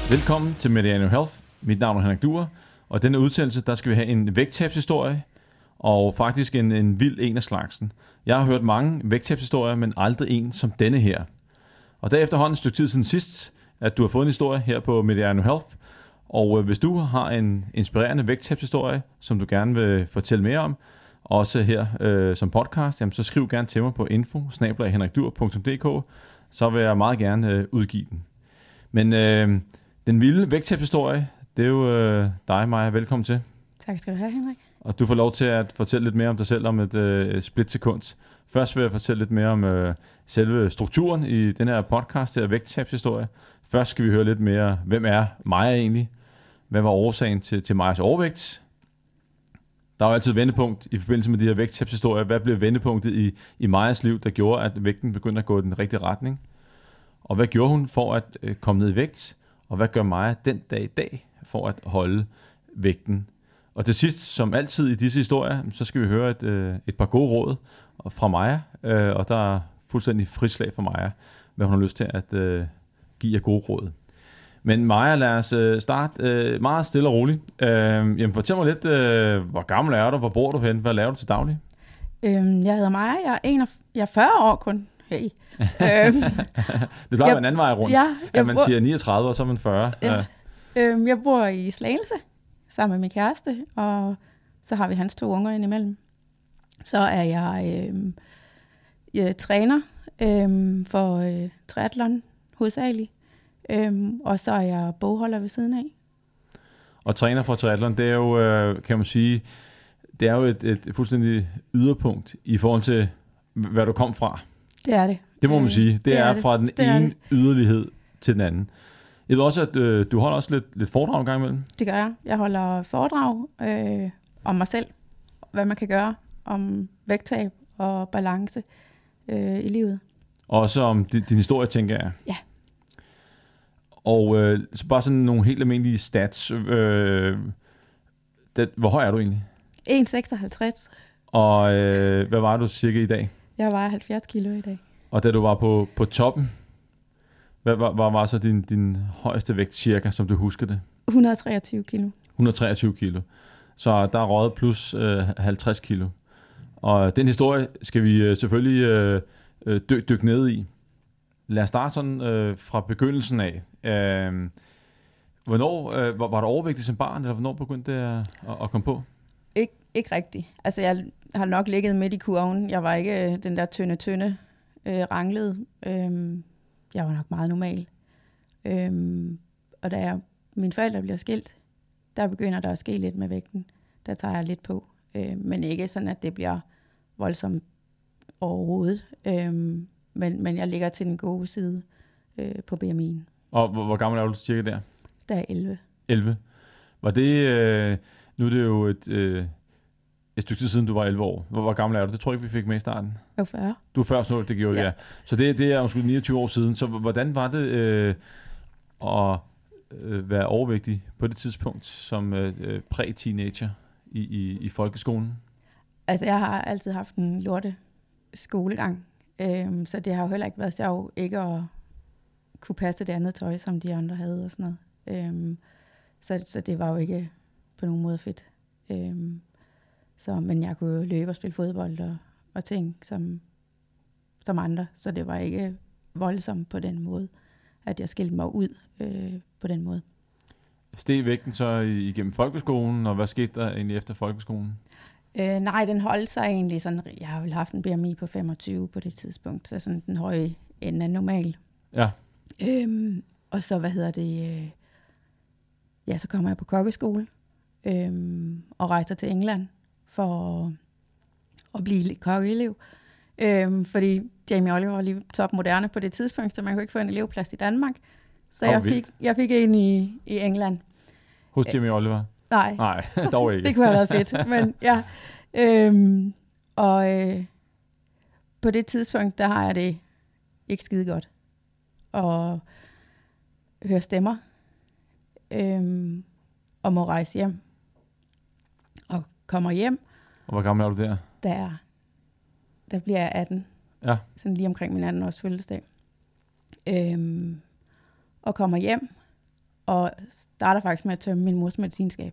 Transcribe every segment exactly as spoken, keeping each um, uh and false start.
Velkommen til Mediano Health. Mit navn er Henrik Duer, og i denne udsendelse, der skal vi have en vægttabshistorie, og faktisk en, en vild en af slagsen. Jeg har hørt mange vægttabshistorier, men aldrig en som denne her. Og der efterhånden et stykke tid siden sidst, at du har fået en historie her på Mediano Health, og hvis du har en inspirerende vægttabshistorie, som du gerne vil fortælle mere om, også her øh, som podcast, jamen, så skriv gerne til mig på info snabel-a henrikduer punktum d k, så vil jeg meget gerne øh, udgive den. Men øh, den vilde vægttabshistorie, det er jo øh, dig, Maja. Velkommen til. Tak skal du have, Henrik. Og du får lov til at fortælle lidt mere om dig selv om et øh, splitsekund. Først vil jeg fortælle lidt mere om øh, selve strukturen i den her podcast, her vægttabshistorie. Først skal vi høre lidt mere, hvem er Maja egentlig? Hvad var årsagen til, til Majas overvægt? Der er jo altid et vendepunkt i forbindelse med de her vægttabshistorier. Hvad blev vendepunktet i, i Majas liv, der gjorde, at vægten begyndte at gå i den rigtige retning? Og hvad gjorde hun for at øh, komme ned i vægt? Og hvad gør Maja den dag i dag for at holde vægten? Og til sidst, som altid i disse historier, så skal vi høre et, øh, et par gode råd fra Maja. Øh, og der er fuldstændig frislag for Maja, hvad hun har lyst til at øh, give jer gode råd. Men Maja, lad os øh, starte øh, meget stille og roligt. Øh, jamen, fortæl mig lidt, øh, hvor gammel er du? Hvor bor du hen? Hvad laver du til daglig? Øhm, jeg hedder Maja. Jeg er, enogfyrre, jeg er fyrre år kun. Hey. øhm, det plejer en anden vej rundt, ja, at man bor, siger niogtredive, og så er man fyrre. Ja. Ja. Øhm, jeg bor i Slagelse sammen med min kæreste, og så har vi hans to unger indimellem. Så er jeg, øhm, jeg træner øhm, for øh, triathlon hovedsageligt, øhm, og så er jeg bogholder ved siden af. Og træner for triathlon, det er jo, øh, kan man sige, det er jo et, et fuldstændig yderpunkt i forhold til, hvad du kom fra. Det er det. Det må man sige. Det, det er, er det. fra den det ene yderlighed til den anden. Jeg ved også, at øh, du holder også lidt, lidt foredrag en gang imellem. Det gør jeg. Jeg holder foredrag øh, om mig selv, hvad man kan gøre, om vægttab og balance øh, i livet. Også om din, din historie, tænker jeg. Ja. Og øh, så bare sådan nogle helt almindelige stats. Øh, det, hvor høj er du egentlig? en komma seksoghalvtreds. Og øh, hvad var du cirka i dag? Jeg vejer halvfjerds kilo i dag. Og da du var på, på toppen, hvad var, var, var så din, din højeste vægt cirka, som du husker det? et hundrede og treogtyve kilo. et hundrede og treogtyve kilo. Så der er røget plus øh, halvtreds kilo. Og den historie skal vi øh, selvfølgelig øh, dy- dykke ned i. Lad os starte sådan øh, fra begyndelsen af. Øh, hvornår øh, var, var du overvægtig som barn, eller hvornår begyndte det at, at, at komme på? Ik- ikke rigtigt. Altså, jeg har nok ligget midt i kurven. Jeg var ikke øh, den der tynde, tynde øh, ranglede. Øhm, jeg var nok meget normal. Øhm, og da jeg, mine forældre bliver skilt, der begynder der at ske lidt med vægten. Der tager jeg lidt på. Øh, men ikke sådan, at det bliver voldsomt overhovedet. Øhm, men, men jeg ligger til den gode side øh, på B M I'en. Og hvor, hvor gammel er du cirka der? Der er elleve. elleve. Var det... Øh, nu er det jo et... Øh, et stykke tid siden, du var elleve år. Hvor, hvor gammel er du? Det tror jeg ikke, vi fik med i starten. Jeg er fyrre. Du er fyrre, så det gjorde ja. ja. Så det, det er måske niogtyve år siden. Så hvordan var det øh, at øh, være overvægtig på det tidspunkt som øh, præ-teenager i, i, i folkeskolen? Altså, jeg har altid haft en lorte skolegang. Øhm, så det har jo heller ikke været sjovt ikke at kunne passe det andet tøj, som de andre havde og sådan noget. Øhm, så, så det var jo ikke på nogen måde fedt. Øhm, Så, men jeg kunne jo løbe og spille fodbold og, og ting som, som andre, så det var ikke voldsomt på den måde, at jeg skilte mig ud øh, på den måde. Steg vægten så igennem folkeskolen, og hvad skete der egentlig efter folkeskolen? Øh, nej, den holdt sig egentlig sådan, jeg har vel haft en B M I på femogtyve på det tidspunkt, så sådan den høje ende af normal. Ja. Øhm, og så, hvad hedder det, øh, ja, så kommer jeg på kokkeskole øhm, og rejser til England for at, at blive kokkeelev. Øhm, fordi Jamie Oliver var lige top moderne på det tidspunkt, så man kunne ikke få en elevplads i Danmark. Så oh, jeg, fik, jeg fik en i, i England. Hos Jamie Oliver? Nej. Nej, dog ikke. Det kunne have været fedt, men ja. Øhm, og øh, på det tidspunkt, der har jeg det ikke skide godt. Og høre stemmer. Øhm, og må rejse hjem. Og kommer hjem. Og hvor gammel er du der? Der, der bliver jeg atten. Ja. Sådan lige omkring min atten års fødselsdag. Øhm, og kommer hjem. og starter faktisk med at tømme min mors medicinskab.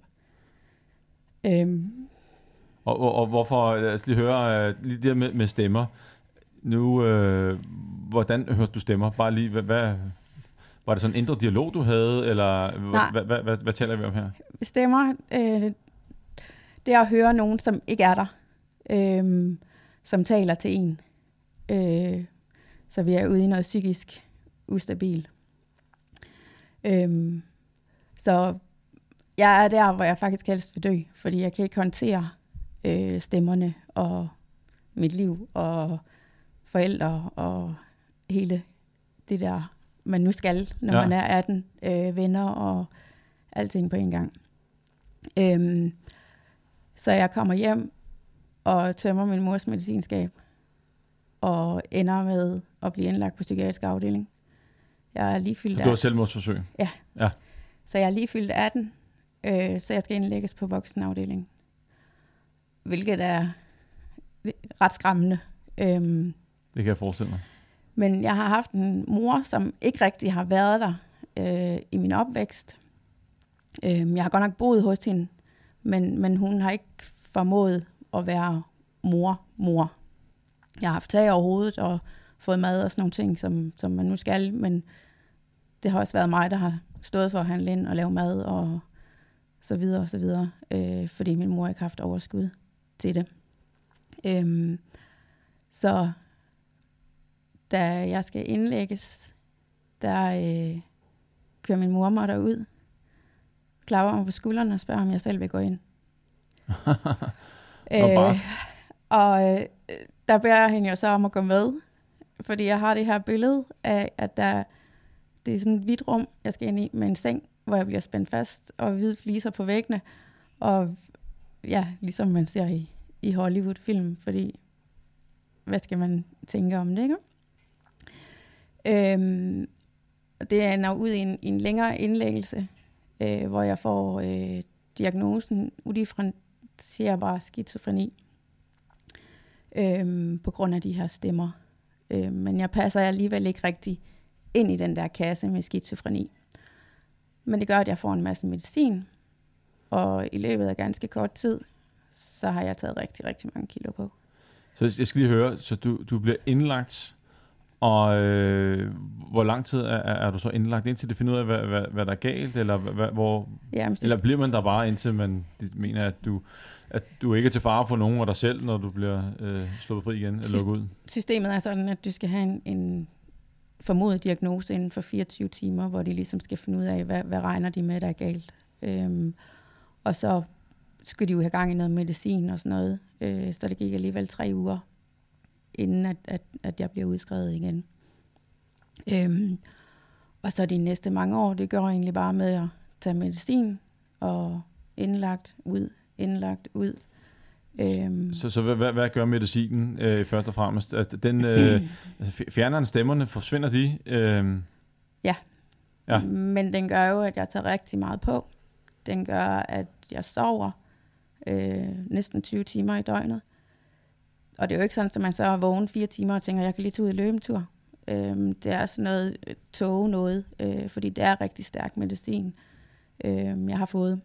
Øhm. Og, og, og hvorfor, lad os lige høre, uh, lige det med, med stemmer. Nu, uh, hvordan hørte du stemmer? Bare lige, hvad, hvad, var det sådan en indre dialog, du havde, eller hvad, hvad, hvad, hvad, hvad taler vi om her? Stemmer, øh, det er at høre nogen, som ikke er der, øh, som taler til en. Øh, så vi er ude i noget psykisk ustabil. Øh, så jeg er der, hvor jeg faktisk helst vil dø, fordi jeg kan ikke håndtere øh, stemmerne og mit liv og forældre og hele det der, man nu skal, når ja. man er atten, øh, venner og alting på en gang. Øhm, så jeg kommer hjem og tømmer min mors medicinskab og ender med at blive indlagt på psykiatrisk afdeling. Jeg er lige fyldt Du har selvmordsforsøg? Ja. ja. Så jeg er lige fyldt atten, øh, så jeg skal indlægges på voksenafdeling. Hvilket er ret skræmmende. Øhm, det kan jeg forestille mig. Men jeg har haft en mor, som ikke rigtig har været der øh, i min opvækst. Øh, jeg har godt nok boet hos hende, men, men hun har ikke formået at være mor, mor. Jeg har haft tag over hovedet og fået mad og sådan nogle ting, som, som man nu skal, men det har også været mig, der har stået for at handle ind og lave mad og så videre og så videre, øh, fordi min mor ikke har haft overskud til det. Øh, så da jeg skal indlægges, der øh, kører min mor mig derud, klapper mig på skulderen og spørger, om jeg selv vil gå ind. øh, og øh, der beder jeg hende jo så om at gå med, fordi jeg har det her billede af, at der, det er sådan et hvidt rum, jeg skal ind i med en seng, hvor jeg bliver spændt fast, og hvide fliser på væggene, og ja, ligesom man ser i, i Hollywood-film, fordi hvad skal man tænke om det, ikke? Øhm, det ender ud i en, en længere indlæggelse, øh, hvor jeg får øh, diagnosen udifferentierbar skizofreni øh, på grund af de her stemmer. Øh, men jeg passer alligevel ikke rigtig ind i den der kasse med skizofreni. Men det gør, at jeg får en masse medicin, og i løbet af ganske kort tid, så har jeg taget rigtig, rigtig mange kilo på. Så jeg skal lige høre, så du, du bliver indlagt, og øh, hvor lang tid er, er du så indlagt, indtil det finder ud af, hvad, hvad, hvad der er galt, eller, hvad, hvor, Jamen, eller bliver man der bare, indtil man mener, at du, at du ikke er til fare for nogen og dig selv, når du bliver øh, sluppet fri igen, eller lukket ud? Systemet er sådan, at du skal have en, en formodet diagnose inden for fireogtyve timer, hvor de ligesom skal finde ud af, hvad, hvad regner de med, der er galt. Øhm, og så skulle de jo have gang i noget medicin og sådan noget, øh, så det gik alligevel tre uger, inden at, at, at jeg bliver udskrevet igen. Øhm, og så de næste mange år, det går egentlig bare med at tage medicin og indlagt ud, indlagt ud. Øhm. Så, så hvad, hvad gør medicinen øh, først og fremmest? At den øh, fjerner den stemmerne, forsvinder de? Øh. Ja. ja, men den gør jo, at jeg tager rigtig meget på. Den gør, at jeg sover øh, næsten tyve timer i døgnet. Og det er jo ikke sådan, at man så er vågen fire timer og tænker, jeg kan lige tage ud i løbetur. Øhm, det er sådan noget tåge noget, øh, fordi det er rigtig stærk medicin, øh, jeg har fået.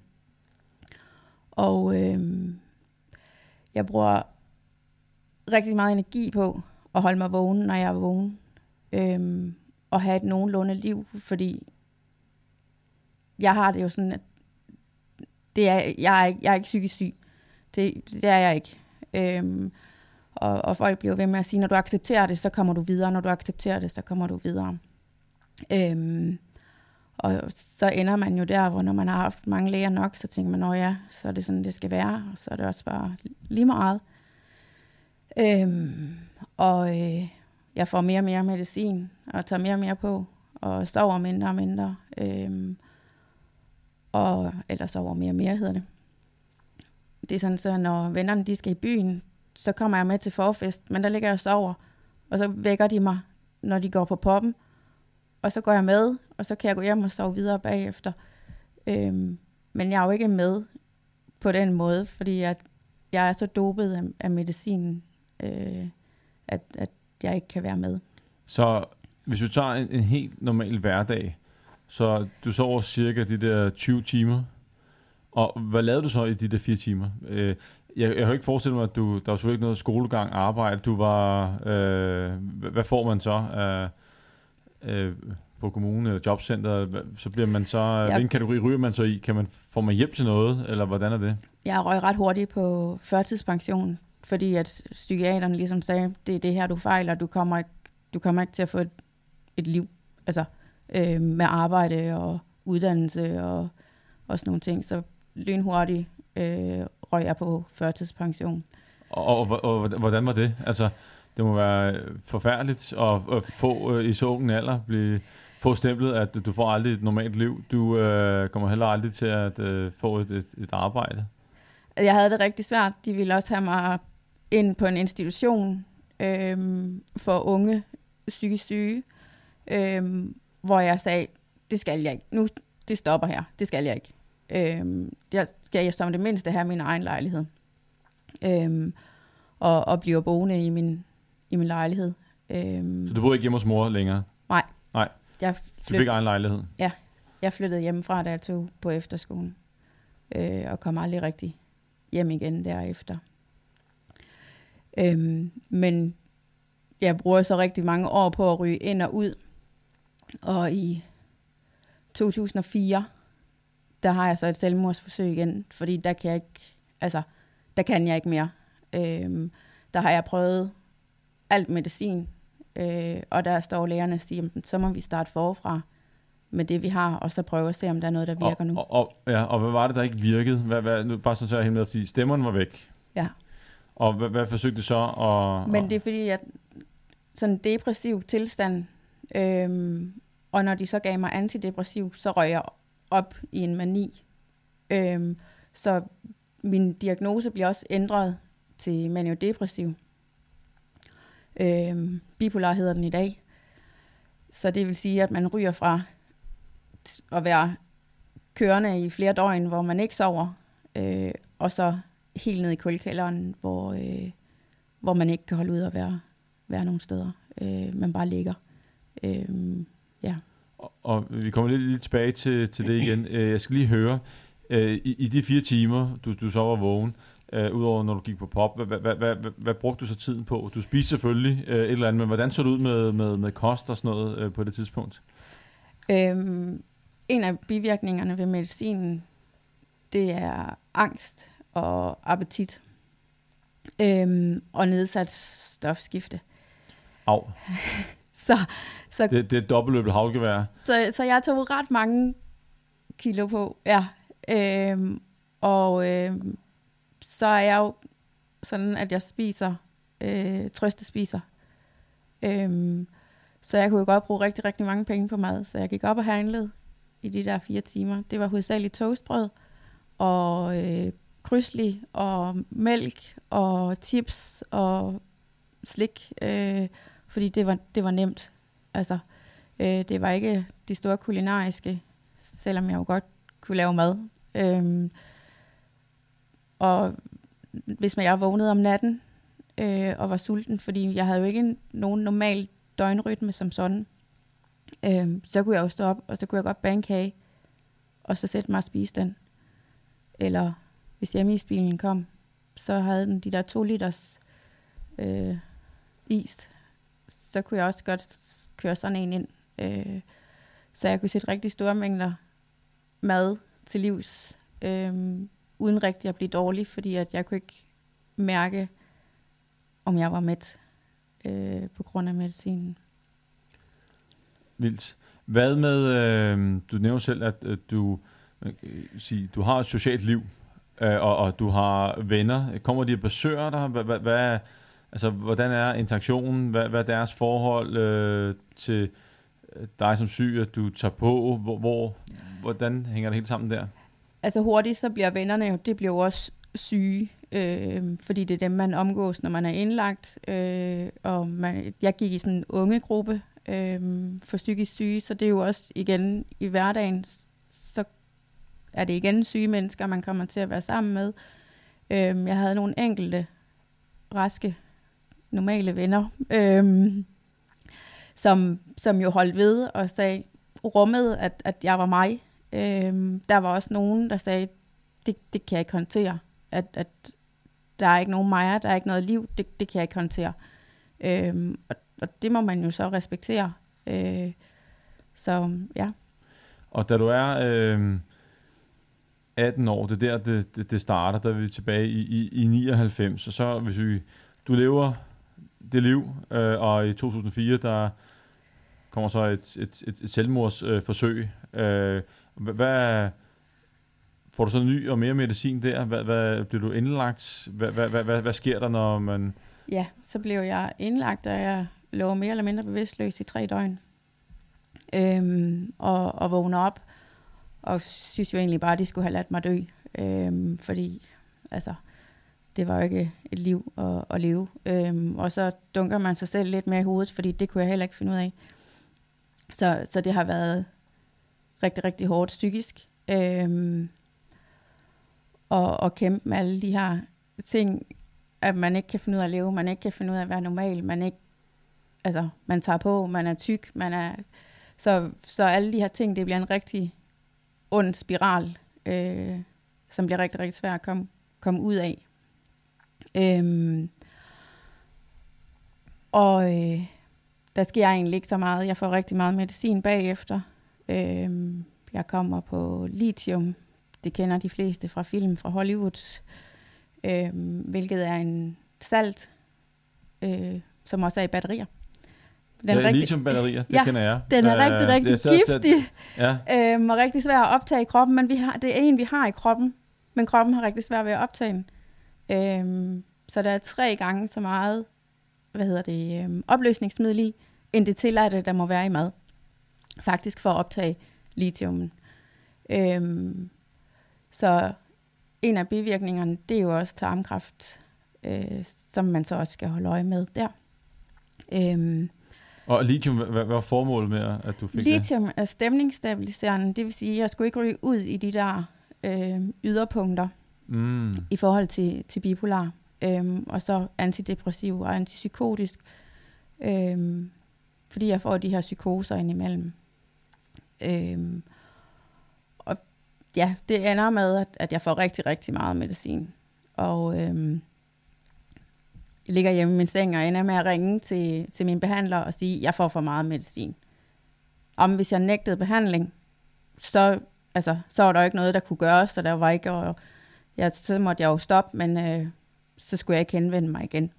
Og øh, jeg bruger rigtig meget energi på at holde mig vågen, når jeg er vågen. Øh, og have et nogenlunde liv, fordi jeg har det jo sådan, at det er, jeg, er, jeg er ikke psykisk syg. Det, det er jeg ikke. Øh, Og, og folk bliver ved med at sige, når du accepterer det, så kommer du videre. Når du accepterer det, så kommer du videre. Øhm, og så ender man jo der, hvor når man har haft mange læger nok, så tænker man, nå ja, så er det sådan, det skal være. Og så er det også bare lige meget. Øhm, og øh, jeg får mere og mere medicin, og tager mere og mere på, og sover mindre og mindre. Øhm, og, eller sover mere og mere, hedder det. Det er sådan, så når vennerne de skal i byen, så kommer jeg med til forfest, men der ligger jeg og sover, og så vækker de mig, når de går på poppen, og så går jeg med, og så kan jeg gå hjem og sove videre bagefter. Øhm, men jeg er jo ikke med på den måde, fordi at jeg er så dopet af, af medicinen, øh, at, at jeg ikke kan være med. Så hvis du tager en, en helt normal hverdag, Så du sover cirka de der tyve timer. Og hvad lavede du så i de der fire timer? Øh, jeg, jeg har ikke forestillet mig, at du, der var selvfølgelig ikke noget skolegang, arbejde. Du var, øh, hvad får man så øh, øh, på kommunen eller jobcenter? Så bliver man så, ja. Hvilken kategori ryger man så i? Kan man, får man hjælp til noget, eller hvordan er det? Jeg røg ret hurtigt på førtidspension, fordi at psykiaterne ligesom sagde, det er det her, du fejler, du kommer ikke, du kommer ikke til at få et, et liv altså, øh, med arbejde og uddannelse og, og sådan nogle ting. Så lynhurtigt øh, røg jeg på førtidspension. Og, og, og hvordan var det? Altså, det må være forfærdeligt at, at få øh, i så ung alder blive, få stemplet, at du får aldrig et normalt liv. Du øh, kommer heller aldrig til at øh, få et, et, et arbejde. Jeg havde det rigtig svært. De ville også have mig ind på en institution øh, for unge psykisk syge, øh, hvor jeg sagde, det skal jeg ikke. Nu, det stopper her. Det skal jeg ikke. Øh, jeg skal jeg som det mindste have min egen lejlighed. Øh, og, og bliver boende i min, i min lejlighed. Øh, Så du boede ikke hjemme hos mor længere? Nej. Nej. Jeg flyt... Du fik egen lejlighed? Ja. Jeg flyttede hjemmefra, da jeg tog på efterskolen. Øh, og kom aldrig rigtig hjem igen derefter. Øhm, men jeg bruger så rigtig mange år på at ryge ind og ud. Og i to tusind og fire, der har jeg så et selvmordsforsøg igen, fordi der kan jeg ikke, altså, der kan jeg ikke mere. Øhm, der har jeg prøvet alt medicin, øh, og der står lægerne og siger, så må vi starte forfra med det, vi har, og så prøve at se, om der er noget, der virker og, nu. Og, og, ja, og hvad var det, der ikke virkede? Hvad, hvad, nu, bare sådan så jeg helt med, fordi stemmerne var væk. Ja. Og hvad, hvad forsøgte du så at... Men det er fordi, at sådan en depressiv tilstand, øhm, og når de så gav mig antidepressiv, så røg jeg op i en mani. Øhm, så min diagnose bliver også ændret til maniodepressiv. Øhm, bipolar hedder den i dag. Så det vil sige, at man ryger fra at være kørende i flere døgn, hvor man ikke sover, øh, og så helt ned i kulkælderen, hvor, øh, hvor man ikke kan holde ud at være, være nogle steder. Øh, man bare ligger. Øh, ja. Og, og vi kommer lidt, lidt tilbage til, til det igen. Jeg skal lige høre, øh, i, i de fire timer, du, du så var vågen, øh, udover når du gik på pop, hvad, hvad, hvad, hvad, hvad brugte du så tiden på? Du spiste selvfølgelig øh, et eller andet, men hvordan så det ud med, med, med kost og sådan noget øh, på det tidspunkt? Øhm, en af bivirkningerne ved medicinen, det er angst og appetit. Øhm, og nedsat stofskifte. Au. så, så, det, det er et dobbeltløbet havlgevær. Så, så jeg tog ret mange kilo på, ja. Øhm, og øhm, så er jeg jo sådan, at jeg spiser, øh, trøstespiser. Øhm, så jeg kunne jo godt bruge rigtig, rigtig mange penge på mad. Så jeg gik op og handlede i de der fire timer. Det var hovedsageligt toastbrød og øh, krydsli og mælk og chips og slik, øh, fordi det var, det var nemt. Altså, øh, det var ikke de store kulinariske, selvom jeg jo godt kunne lave mad. Øh, og hvis man jeg vågnede om natten øh, og var sulten, fordi jeg havde jo ikke nogen normal døgnrytme som sådan, øh, så kunne jeg jo stå op, og så kunne jeg godt bage en kage, og så sætte mig og spise den. Eller hvis hjemmeisbilen kom, så havde den de der to liters øh, is, så kunne jeg også godt køre sådan en ind. Øh, så jeg kunne sætte rigtig store mængder mad til livs, øh, uden rigtig at blive dårlig, fordi at jeg kunne ikke mærke, om jeg var mæt øh, på grund af medicinen. Vildt. Hvad med, øh, du nævner selv, at, at du, øh, sige, du har et socialt liv, øh, og, og du har venner. Kommer de og besøger dig? Hvad, hvad, hvad, altså, hvordan er interaktionen? Hvad, hvad er deres forhold øh, til dig som syg, at du tager på? Hvor, hvor, hvordan hænger det helt sammen der? Altså hurtigt, så bliver vennerne jo, det bliver jo også syge, øh, fordi det er dem, man omgås, når man er indlagt. Øh, og man, jeg gik i sådan en unge gruppe øh, for psykisk syge, så det er jo også igen i hverdagen, så er det igen syge mennesker, man kommer til at være sammen med. Øh, jeg havde nogle enkelte raske, normale venner, øh, som, som jo holdt ved og sagde, rummede, at, at jeg var mig. Øhm, der var også nogen, der sagde, det, det kan jeg ikke håndtere. At, at der er ikke nogen mig, der er ikke noget liv, det, det kan jeg ikke håndtere. Øhm, og, og det må man jo så respektere. Øh, så ja. Og da du er øh, atten år, det er der, det, det, det starter, der er vi tilbage i, i, i nioghalvfems, og så hvis vi, du lever det liv, øh, og i to tusind og fire, der kommer så et, et, et, et selvmordsforsøg. Øh, hvad, får du så ny og mere medicin der? Hvad, hvad bliver du indlagt? Hvad, hvad, hvad, hvad, hvad sker der, når man... Ja, så blev jeg indlagt, og jeg lå mere eller mindre bevidstløs i tre døgn. Øhm, og, og vågner op, og synes jo egentlig bare, at de skulle have ladt mig dø. Øhm, fordi, altså, det var jo ikke et liv at, at leve. Øhm, og så dunker man sig selv lidt mere i hovedet, fordi det kunne jeg heller ikke finde ud af. Så, så det har været rigtig, rigtig hårdt psykisk. Øhm, og, og kæmpe med alle de her ting, at man ikke kan finde ud af at leve, man ikke kan finde ud af at være normal, man ikke, altså, man tager på, man er tyk, man er, så, så alle de her ting, det bliver en rigtig ond spiral, øh, som bliver rigtig, rigtig svært at komme, komme ud af. Øhm, og øh, der sker egentlig ikke så meget. Jeg får rigtig meget medicin bagefter. Øhm, jeg kommer på lithium. Det kender de fleste fra film fra Hollywood. Øhm, hvilket er en salt, øh, som også er i batterier. Den ja, rigtig, lithium-batterier, det ja, kender jeg. Den er rigtig, rigtig det er så, giftig. Ja. Øhm, og rigtig svær at optage i kroppen. Men vi har, det er en, vi har i kroppen. Men kroppen har rigtig svært ved at optage den. Øhm, så der er tre gange så meget, hvad hedder det, øhm, opløsningsmiddel i, end det tilladte, der må være i mad. Faktisk for at optage lithiumen. Øhm, så en af bivirkningerne, det er jo også tarmkræft, øh, som man så også skal holde øje med der. Øhm, og lithium, hvad, hvad var formålet med, at du fik lithium det? Lithium er stemningsstabiliserende, det vil sige, at jeg skulle ikke ryge ud i de der øh, yderpunkter mm. i forhold til, til bipolar. Øhm, og så antidepressiv og antipsykotisk, øhm, fordi jeg får de her psykoser indimellem. Øhm, og ja, det ender med, at, at jeg får rigtig, rigtig meget medicin. Og øhm, jeg ligger hjemme i min seng og ender med at ringe til, til min behandler og sige, at jeg får for meget medicin. Om hvis jeg nægtede behandling, så, altså, så var der jo ikke noget, der kunne gøres, så der var ikke, og jeg, så måtte jeg jo stoppe, men øh, så skulle jeg ikke henvende mig igen.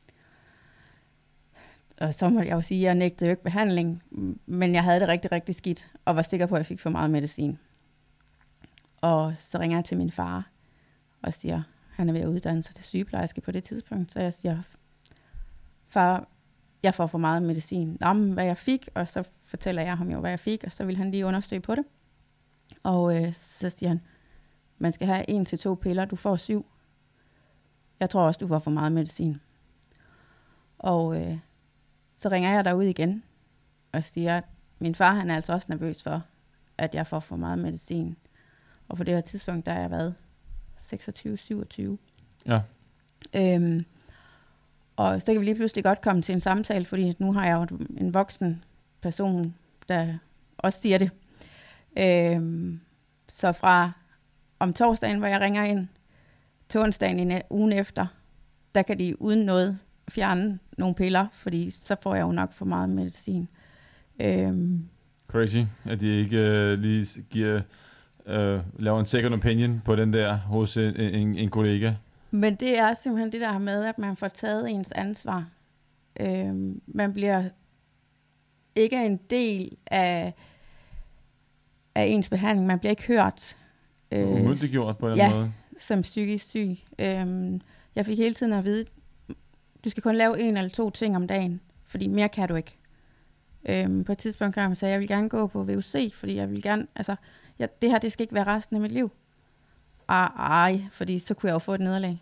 Og så måtte jeg jo sige, at jeg nægtede jo ikke behandling, men jeg havde det rigtig, rigtig skidt, og var sikker på, at jeg fik for meget medicin. Og så ringer jeg til min far, og siger, han er ved at uddanne sig til sygeplejerske på det tidspunkt, så jeg siger, far, jeg får for meget medicin. Nå, men hvad jeg fik, og så fortæller jeg ham jo, hvad jeg fik, og så vil han lige undersøge på det. Og øh, så siger han, man skal have en til to piller, du får syv. Jeg tror også, du får for meget medicin. Og øh, så ringer jeg derud igen, og siger, at min far, han er altså også nervøs for, at jeg får for meget medicin. Og på det her tidspunkt, der har jeg været seksogtyve syvogtyve. Ja. Øhm, og så kan vi lige pludselig godt komme til en samtale, fordi nu har jeg jo en voksen person, der også siger det. Øhm, så fra om torsdagen, hvor jeg ringer ind, til onsdagen i ugen efter, der kan de uden noget fjerne nogle piller, fordi så får jeg jo nok for meget medicin. Øhm, Crazy, at de ikke øh, lige giver, øh, laver en second opinion på den der hos en, en, en kollega. Men det er simpelthen det der med, at man får taget ens ansvar. Øhm, man bliver ikke en del af, af ens behandling, man bliver ikke hørt. Øh, Umyndiggjort på den ja, måde. Som psykisk syg. Øhm, jeg fik hele tiden at vide, du skal kun lave en eller to ting om dagen, fordi mere kan du ikke. Øhm, på et tidspunkt kan jeg sige, at jeg vil gerne gå på V U C, fordi jeg vil gerne, altså, jeg, det her, det skal ikke være resten af mit liv. Ej, ej, fordi så kunne jeg jo få et nederlag.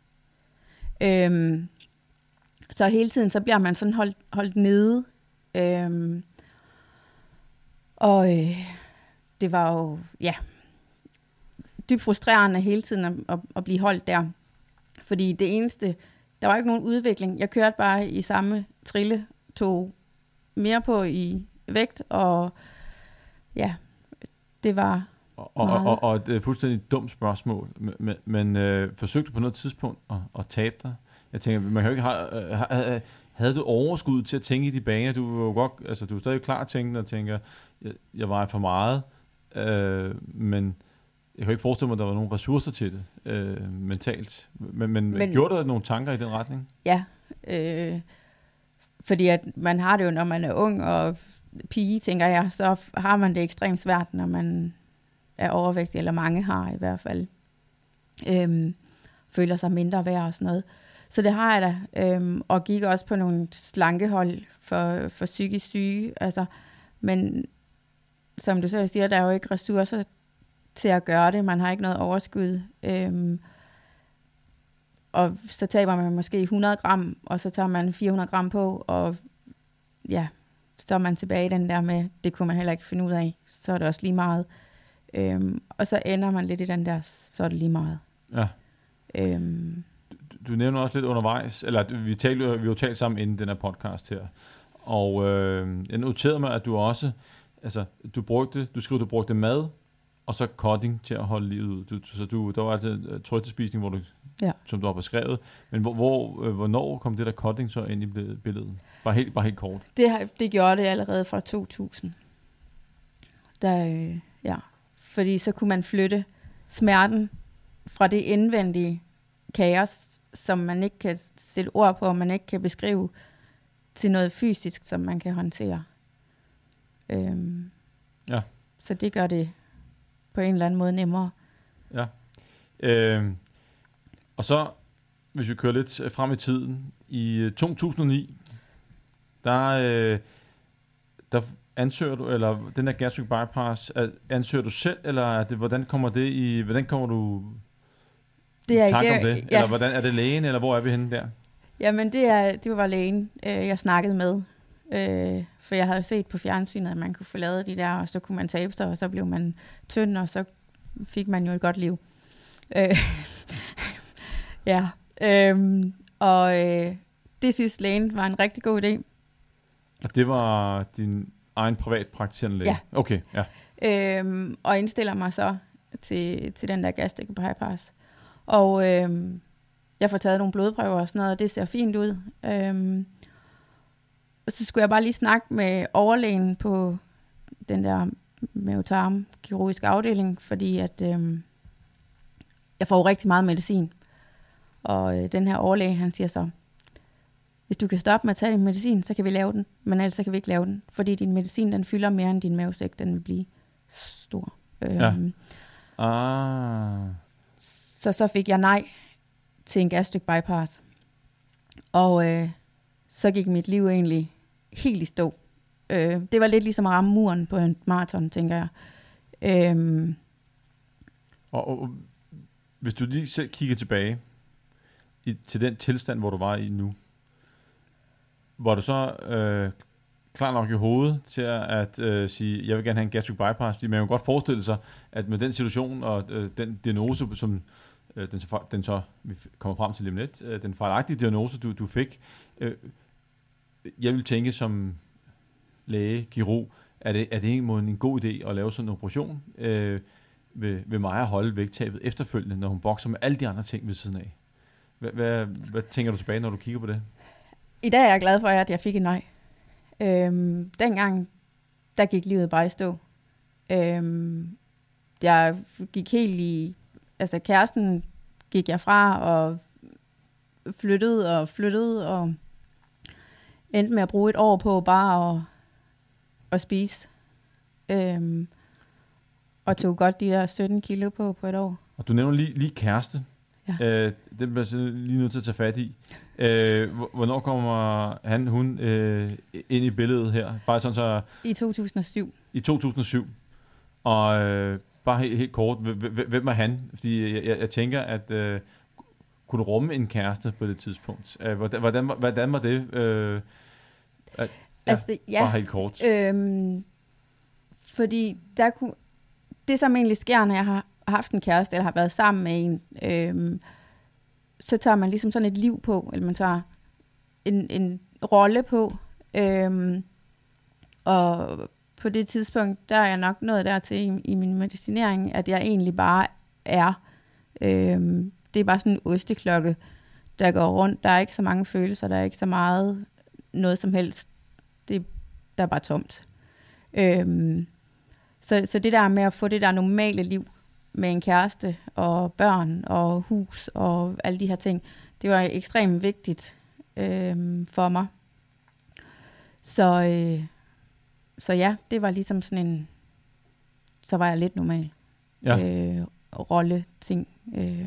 Øhm, så hele tiden, så bliver man sådan holdt, holdt nede. Øhm, og øh, det var jo, ja, dybt frustrerende hele tiden at, at, at blive holdt der. Fordi det eneste, der var ikke nogen udvikling. Jeg kørte bare i samme trille, tog mere på i vægt, og ja, det var Og, og, og, og det er et fuldstændig dumt spørgsmål, men, men, men øh, forsøgte du på noget tidspunkt at, at tabe dig? Jeg tænker, man kan jo ikke have, have, havde du overskud til at tænke i de baner? Du var jo godt, altså du er stadig klar tænkende og tænker, jeg, jeg vejer for meget, øh, men jeg kan ikke forestille mig, at der var nogle ressourcer til det øh, mentalt. Men, men, men gjorde du nogle tanker i den retning? Ja, øh, fordi at man har det jo, når man er ung og pige, tænker jeg, så har man det ekstremt svært, når man er overvægtig, eller mange har i hvert fald. Øhm, føler sig mindre værd og sådan noget. Så det har jeg da, øhm, og gik også på nogle slankehold for, for psykisk syge. Altså, men som du selv siger, der er jo ikke ressourcer til at gøre det. Man har ikke noget overskud. Øhm, og så taber man måske hundrede gram, og så tager man fire hundrede gram på, og ja, så er man tilbage i den der med, det kunne man heller ikke finde ud af. Så er det også lige meget. Øhm, og så ender man lidt i den der, så er det lige meget. Ja. Øhm, Du, du nævner også lidt undervejs, eller vi talte vi jo talt sammen inden den her podcast her, og øh, jeg noterede mig, at du også, altså du brugte, du skrev, du brugte mad, og så cutting til at holde livet ud. Du, så du, der var altid trøstespisning, hvor du, ja. som du har beskrevet, men hvor, hvor, øh, hvornår kom det der cutting så ind i billedet? Bare helt, bare helt kort. Det, det gjorde det allerede fra to tusind. Der, øh, ja. Fordi så kunne man flytte smerten fra det indvendige kaos, som man ikke kan sætte ord på, og man ikke kan beskrive, til noget fysisk, som man kan håndtere. Øhm, ja. Så det gør det på en eller anden måde nemmere. Ja. Øh, og så, hvis vi kører lidt frem i tiden, i to tusind og ni, der, øh, der ansøger du, eller den der gastric bypass, ansøger du selv, eller er det, hvordan kommer det i, hvordan kommer du det er tak ikke, om det? Ja. Eller hvordan er det lægen, eller hvor er vi henne der? Jamen det, er, det var lægen, øh, jeg snakkede med, øh, for jeg havde jo set på fjernsynet, at man kunne få lavet de der, og så kunne man tabe sig, og så blev man tynd, og så fik man jo et godt liv. Øh, ja, øh, og øh, det synes lægen var en rigtig god idé. Og det var din egen privatpraktiserende læge? Ja. Okay, ja. Øh, og indstiller mig så til, til den der gastric bypass. Og øh, jeg får taget nogle blodprøver og sådan noget, og det ser fint ud. Øh, og så skulle jeg bare lige snakke med overlægen på den der mavetarm-kirurgiske afdeling, fordi at øh, jeg får jo rigtig meget medicin. Og øh, den her overlæge, han siger så, hvis du kan stoppe med at tage din medicin, så kan vi lave den, men ellers så kan vi ikke lave den, fordi din medicin, den fylder mere end din mavesæk, den vil blive stor. Øh, ja. Ah. Så så fik jeg nej til en gastric bypass. Og øh, så gik mit liv egentlig helt i stå. Øh, det var lidt ligesom at ramme muren på en maraton, tænker jeg. Øh, og, og hvis du lige selv kigger tilbage i, til den tilstand, hvor du var i nu, var du så øh, klar nok i hovedet til at, at øh, sige, jeg vil gerne have en gastric bypass, fordi man kan jo godt forestille sig, at med den situation og øh, den diagnose, som øh, den, så, den så, vi kommer frem til lige lidt, øh, den fejlagtige diagnose, du, du fik, øh, jeg vil tænke som læge, kirurg, er det, er det ikke en god idé at lave sådan en operation øh, ved, ved mig at holde vægttabet efterfølgende, når hun bokser med alle de andre ting ved siden af? Hvad, hvad, hvad tænker du tilbage, når du kigger på det? I dag er jeg glad for, at jeg fik et nej. Øhm, dengang, der gik livet bare i stå. Øhm, jeg gik helt i... Altså kæresten gik jeg fra, og flyttede og flyttede, og endte med at bruge et år på bare at, at spise. Øhm, og tog godt de der sytten kilo på på et år. Og du nævner lige, lige kæreste. Ja. Øh, det bliver jeg lige nødt til at tage fat i. Øh, hvornår kommer han, hun øh, ind i billedet her? Bare sådan så... I to tusind og syv. I to tusind og syv. Og øh, bare helt, helt kort, hvem er han? Fordi jeg, jeg, jeg tænker, at øh, kunne du rumme en kæreste på det tidspunkt? Øh, hvordan, hvordan, hvordan var det? Øh, at, ja, altså, ja. Bare helt kort. Øhm, fordi der kunne... Det, som egentlig sker, når jeg har haft en kæreste, eller har været sammen med en... Øhm, så tager man ligesom sådan et liv på, eller man tager en, en rolle på, øhm, og på det tidspunkt, der er jeg nok nået dertil i, i min medicinering, at jeg egentlig bare er. Øhm, det er bare sådan en osteklokke, der går rundt. Der er ikke så mange følelser, der er ikke så meget noget som helst. Det, der er bare tomt. Øhm, så, så det der med at få det der normale liv med en kæreste og børn og hus og alle de her ting, det var ekstremt vigtigt øhm, for mig. Så, øh, så ja, det var ligesom sådan en, så var jeg lidt normal. Ja. Øh, rolle ting. Øh.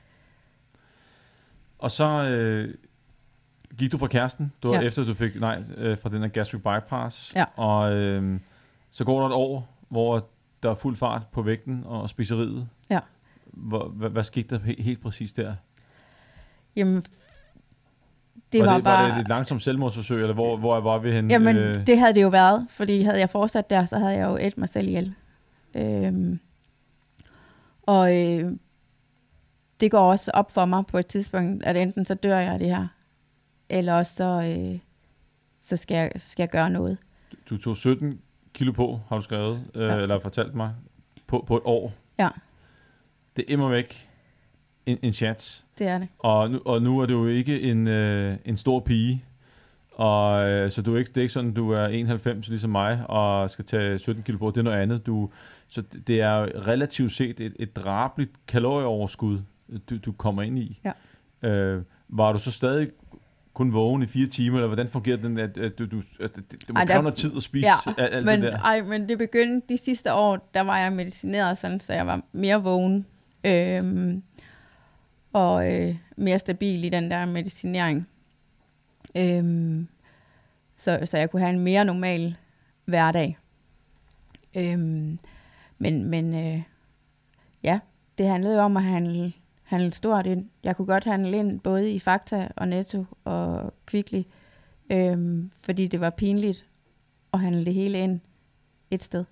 Og så øh, gik du fra kæresten, du, ja. efter du fik nej øh, fra den her gastric bypass, ja. og øh, så går der et år, hvor der er fuld fart på vægten og spiseriet. Ja. Hvor, hvad, hvad skete der he- helt præcis der? Jamen, det var, var, det, bare... var det et langsomt selvmordsforsøg, eller hvor, hvor var vi henne? Jamen, øh... det havde det jo været, fordi havde jeg fortsat der, så havde jeg jo ædt mig selv ihjel. Øhm, og øh, det går også op for mig på et tidspunkt, at enten så dør jeg af det her, eller også så, øh, så skal, jeg, skal jeg gøre noget. Du, du tog sytten kilo på, har du skrevet, øh, ja. eller fortalt mig, på, på et år. Ja. Det er immer væk en, en chance. Det er det. Og nu, og nu er du jo ikke en, øh, en stor pige, og øh, så du er ikke, det er ikke sådan, du er enoghalvfems ligesom mig, og skal tage sytten kilo på, det er noget andet. Du, så det er relativt set et, et drabeligt kalorieoverskud, du, du kommer ind i. Ja. Øh, var du så stadig kun vågen i fire timer, eller hvordan fungerer den, at, at du, du, at det, det må ej, kræve noget tid at spise ja, alt, alt men, det der? Ej, men det begyndte de sidste år, der var jeg medicineret sådan, så jeg var mere vågen. Øhm, og øh, mere stabil i den der medicinering. Øhm, så, så jeg kunne have en mere normal hverdag. Øhm, men men øh, ja, det handlede jo om at handle, handle stort ind. Jeg kunne godt handle ind både i Fakta og Netto og Kvickly, øhm, fordi det var pinligt at handle det hele ind et sted.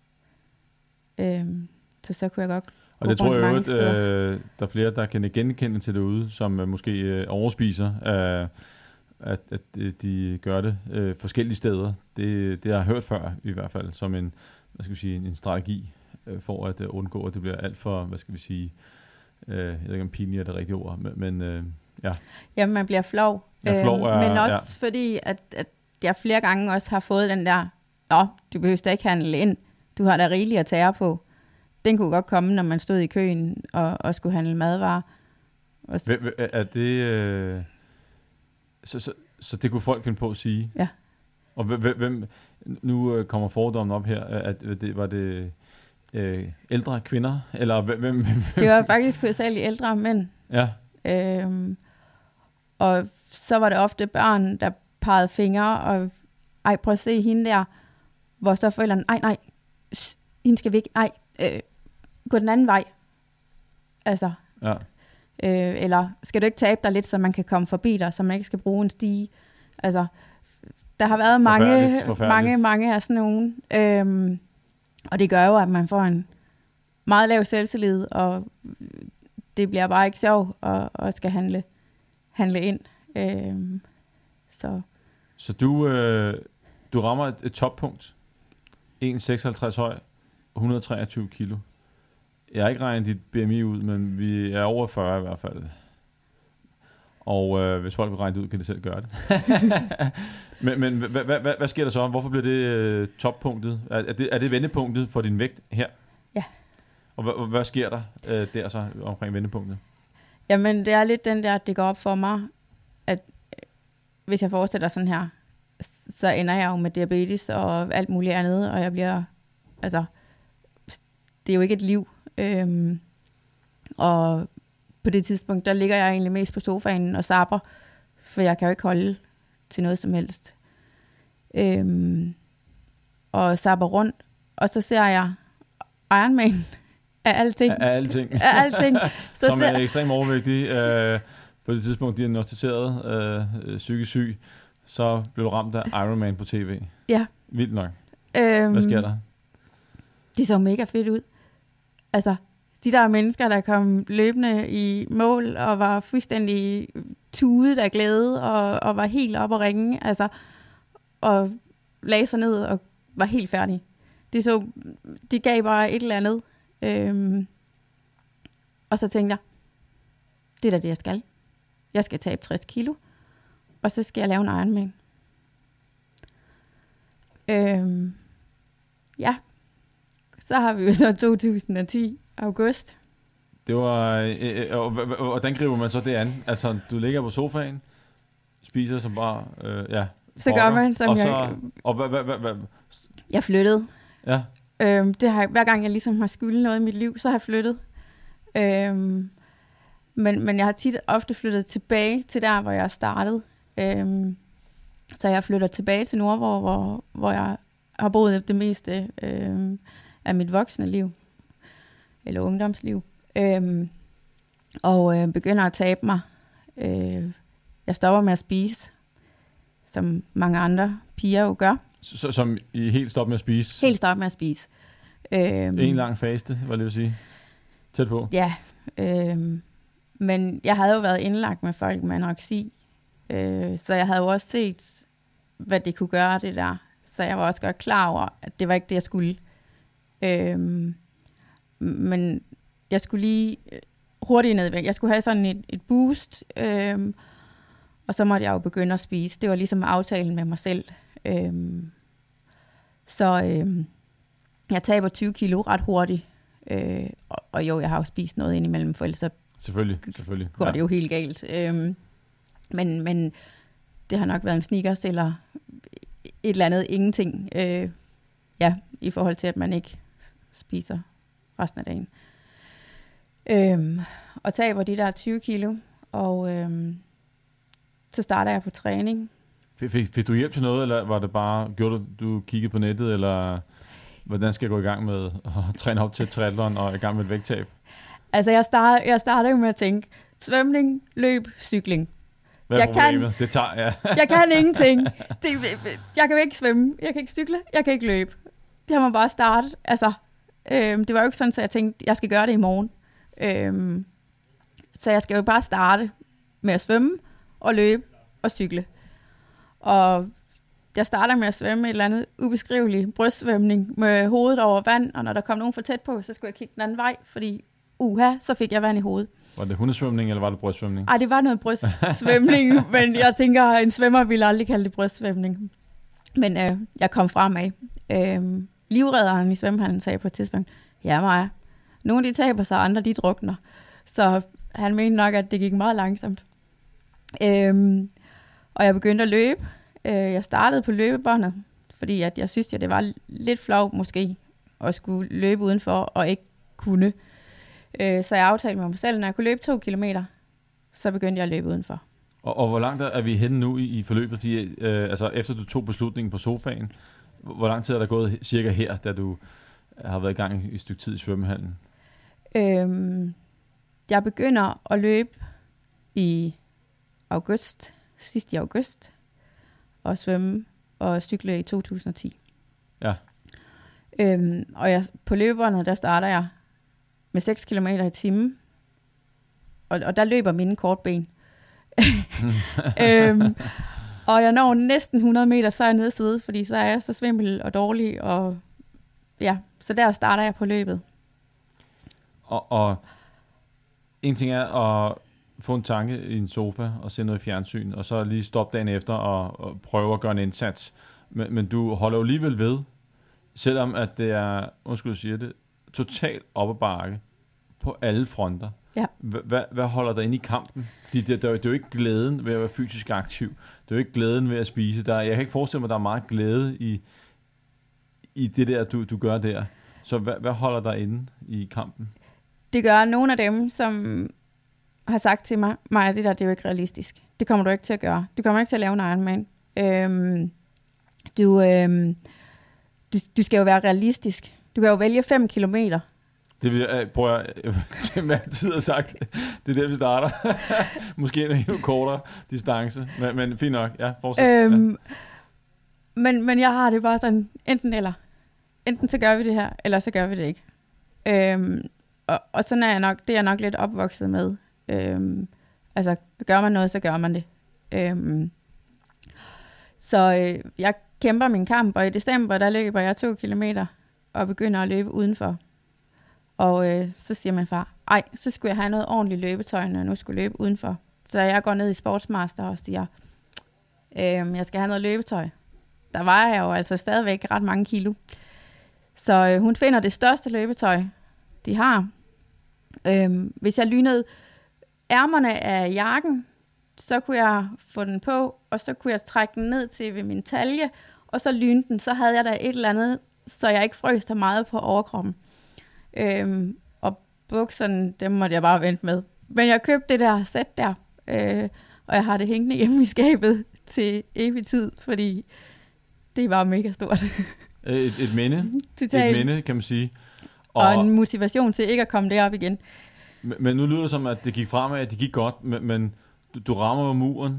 Øhm, så så kunne jeg godt. Og det tror jeg jo, at øh, der er flere, der kan genkende til det ude, som øh, måske øh, overspiser, øh, at, at de gør det øh, forskellige steder. Det, det har jeg hørt før, i hvert fald, som en, hvad skal vi sige, en, en strategi øh, for at øh, undgå, at det bliver alt for, hvad skal vi sige, øh, jeg ved ikke om pinlig er det rigtige ord, men, men øh, ja. Ja, man bliver flov. Ja, flov er, øh, men også ja. fordi, at, at jeg flere gange også har fået den der, nå, du behøver da ikke handle ind, du har da rigeligt at tære på. Den kunne godt komme, når man stod i køen og, og skulle handle madvarer. Og s- Hvem, er det... Øh, så, så, så det kunne folk finde på at sige? Ja. Og hvem... hvem nu kommer fordommen op her, at det var det øh, ældre kvinder? Eller hvem, hvem, hvem? Det var faktisk hovedsageligt ældre mænd. Ja. Øhm, og så var det ofte børn, der pegede fingre, og ej, prøv at se hende der, hvor så forældrene, ej, nej, sh, hende skal vi ikke, ej, øh, gå den anden vej. Altså. Ja. Øh, eller skal du ikke tabe dig lidt, så man kan komme forbi dig, så man ikke skal bruge en stige. Altså, der har været mange, forfærdeligt, forfærdeligt. mange, mange af sådan nogle. Øhm, og det gør jo, at man får en meget lav selvtillid, og det bliver bare ikke sjovt at, at skal handle, handle ind. Øhm, så. Så du, øh, du rammer et, et toppunkt. en komma seksoghalvtreds høj, et hundrede og treogtyve kilo. Jeg har ikke regnet dit B M I ud, men vi er over fyrre i hvert fald. Og øh, hvis folk vil regne det ud, kan de selv gøre det. men men hvad, hvad, hvad, hvad sker der så? Hvorfor bliver det øh, toppunktet? Er, er, det, er det vendepunktet for din vægt her? Ja. Og hvad, hvad sker der øh, der så omkring vendepunktet? Jamen, det er lidt den der, det går op for mig, at hvis jeg fortsætter sådan her, så ender jeg jo med diabetes og alt muligt andet, og jeg bliver, altså, det er jo ikke et liv. Øhm, og på det tidspunkt, der ligger jeg egentlig mest på sofaen og zapper, for jeg kan jo ikke holde til noget som helst. Øhm, og zapper rundt, og så ser jeg Ironman af alting. Af alting. Af alting. Så som ser... er ekstremt overvægtig. Øh, på det tidspunkt, diagnosticeret øh, psykisk syg, så blev du ramt af Ironman på tv. Ja. Vildt nok. Øhm, Hvad sker der? Det så mega fedt ud. Altså, de der mennesker, der kom løbende i mål, og var fuldstændig tudet af glæde, og, og var helt oppe at ringe, altså, og lagde sig ned og var helt færdig. De, så, de gav bare et eller andet. Øhm, og så tænkte jeg, det er da det, jeg skal. Jeg skal tabe tres kilo, og så skal jeg lave en Ironman. Øhm, ja, så har vi jo så to tusind og ti august. Det var, øh, øh, og hvordan griber man så det an? Altså, du ligger på sofaen, spiser som bare, øh, ja. Så gør man, som og jeg... Så, og hvad, hvad, hvad, hvad? Jeg flyttede. Ja. Øhm, det har, hver gang jeg ligesom har skulle noget i mit liv, så har jeg flyttet. Øhm, men, men jeg har tit ofte flyttet tilbage til der, hvor jeg startede. Øhm, så jeg flytter tilbage til Nordborg, hvor, hvor jeg har boet det meste øhm, af mit voksne liv. Eller ungdomsliv. Øhm, og øh, begynder at tabe mig. Øh, jeg stopper med at spise, som mange andre piger jo gør. Så, som I helt stopper med at spise? Helt stopper med at spise. Øhm, en lang faste, hvad vil jeg sige? Tæt på? Ja. Øhm, men jeg havde jo været indlagt med folk med anoreksi. Øh, så jeg havde jo også set, hvad det kunne gøre, det der. Så jeg var også godt klar over, at det var ikke det, jeg skulle. Øhm, men jeg skulle lige hurtigt nedvæk. Jeg skulle have sådan et, et boost, øhm, og så måtte jeg jo begynde at spise. Det var ligesom aftalen med mig selv. Øhm, så øhm, jeg taber tyve kilo ret hurtigt. Øh, og, og jo, jeg har jo spist noget indimellem, for ellers så selvfølgelig, selvfølgelig. går ja. det jo helt galt. Øhm, men, men det har nok været en Snickers eller et eller andet ingenting. Øh, ja, i forhold til, at man ikke spiser resten af dagen. Øhm, og taber de der tyve kilo, og øhm, så starter jeg på træning. Fik, fik, fik du hjælp til noget, eller var det bare, gjorde du, du kiggede på nettet, eller hvordan skal jeg gå i gang med at træne op til triathlon og i gang med et vægttab? Altså jeg starter, jeg starter jo med at tænke, svømning, løb, cykling. Hvad er jeg problemet? Kan, det tager jeg. jeg kan ingenting. Det, jeg kan ikke svømme, jeg kan ikke cykle, jeg kan ikke løbe. Det har man bare startet. Altså, øhm, det var jo ikke sådan, at jeg tænkte, jeg skal gøre det i morgen. Øhm, så jeg skal jo bare starte med at svømme og løbe og cykle. Og jeg starter med at svømme et eller andet ubeskriveligt brystsvømning med hovedet over vand, og når der kom nogen for tæt på, så skulle jeg kigge den anden vej, fordi uha, så fik jeg vand i hovedet. Var det hundesvømning, eller var det brystsvømning? Ej, det var noget brystsvømning, men jeg tænker, at en svømmer ville aldrig kalde det brystsvømning. Men øh, jeg kom fremad. Øh, livredderen i svømmehallen sagde på et tidspunkt, ja Maja, nogle de taber sig, andre de drukner. Så han mente nok, at det gik meget langsomt. Øh, og jeg begyndte at løbe. Øh, jeg startede på løbebåndet, fordi at jeg synes, at det var lidt flovt måske, at skulle løbe udenfor og ikke kunne. Øh, så jeg aftalte med mig selv, når jeg kunne løbe to kilometer, så begyndte jeg at løbe udenfor. Og, og hvor langt er vi henne nu i, i forløbet? Fordi, øh, altså efter du tog beslutningen på sofaen, hvor lang tid er der gået cirka her, da du har været i gang i et stykke tid i svømmehallen? Øhm, jeg begynder at løbe i august, sidst i august, og svømme og cykle i to tusind og ti. Ja. Øhm, og jeg, på løbebåndet, der starter jeg med seks kilometer i timen, og, og der løber mine kortben. øhm, og jeg når næsten hundrede meter, så er jeg nede sidde, fordi så er jeg så svimmel og dårlig, og ja, så der starter jeg på løbet. Og, og en ting er at få en tanke i en sofa og se noget fjernsyn, og så lige stoppe dagen efter og, og prøve at gøre en indsats. Men, men du holder jo alligevel ved, selvom at det er, undskyld at sige det, totalt op ad bakke på alle fronter. Ja. Hvad, hvad holder dig inde i kampen? Fordi det, det, er jo, det er jo ikke glæden ved at være fysisk aktiv. Det er jo ikke glæden ved at spise. Der, jeg kan ikke forestille mig, at der er meget glæde i, i det der, du, du gør der. Så hvad, hvad holder dig inde i kampen? Det gør nogle af dem, som har sagt til mig, Maja, det der, det er jo ikke realistisk. Det kommer du ikke til at gøre. Du kommer ikke til at lave en Ironman. Øhm, du, øhm, du, du skal jo være realistisk. Du kan jo vælge fem kilometer. Det vil jeg, prøv at til altid har sagt. Det er der, vi starter. Måske en endnu kortere distance. Men, men fint nok. Ja, fortsæt. Øhm, ja. men, men jeg har det bare sådan, enten eller. Enten så gør vi det her, eller så gør vi det ikke. Øhm, og, og sådan er jeg nok, det er jeg nok lidt opvokset med. Øhm, altså, gør man noget, så gør man det. Øhm, så øh, jeg kæmper min kamp, og i december, der løber jeg to kilometer. og begynder at løbe udenfor. Og øh, så siger min far, ej, så skulle jeg have noget ordentligt løbetøj, når jeg nu skulle løbe udenfor. Så jeg går ned i Sportsmaster og siger, øh, jeg skal have noget løbetøj. Der var jeg jo altså stadigvæk ret mange kilo. Så øh, hun finder det største løbetøj, de har. Øh, hvis jeg lynede ærmerne af jakken, så kunne jeg få den på, og så kunne jeg trække den ned til ved min talje, og så lyne den, så havde jeg da et eller andet, så jeg ikke frøs der meget på overkroppen. Øhm, og bukserne, dem måtte jeg bare vente med. Men jeg købte det der sæt der, øh, og jeg har det hængende hjemme i skabet til evig tid, fordi det var mega stort. Et, et minde, Totalt. et minde, kan man sige. Og, og en motivation til ikke at komme derop igen. Men, men nu lyder det som, at det gik fremad, at det gik godt, men, men du, du rammer muren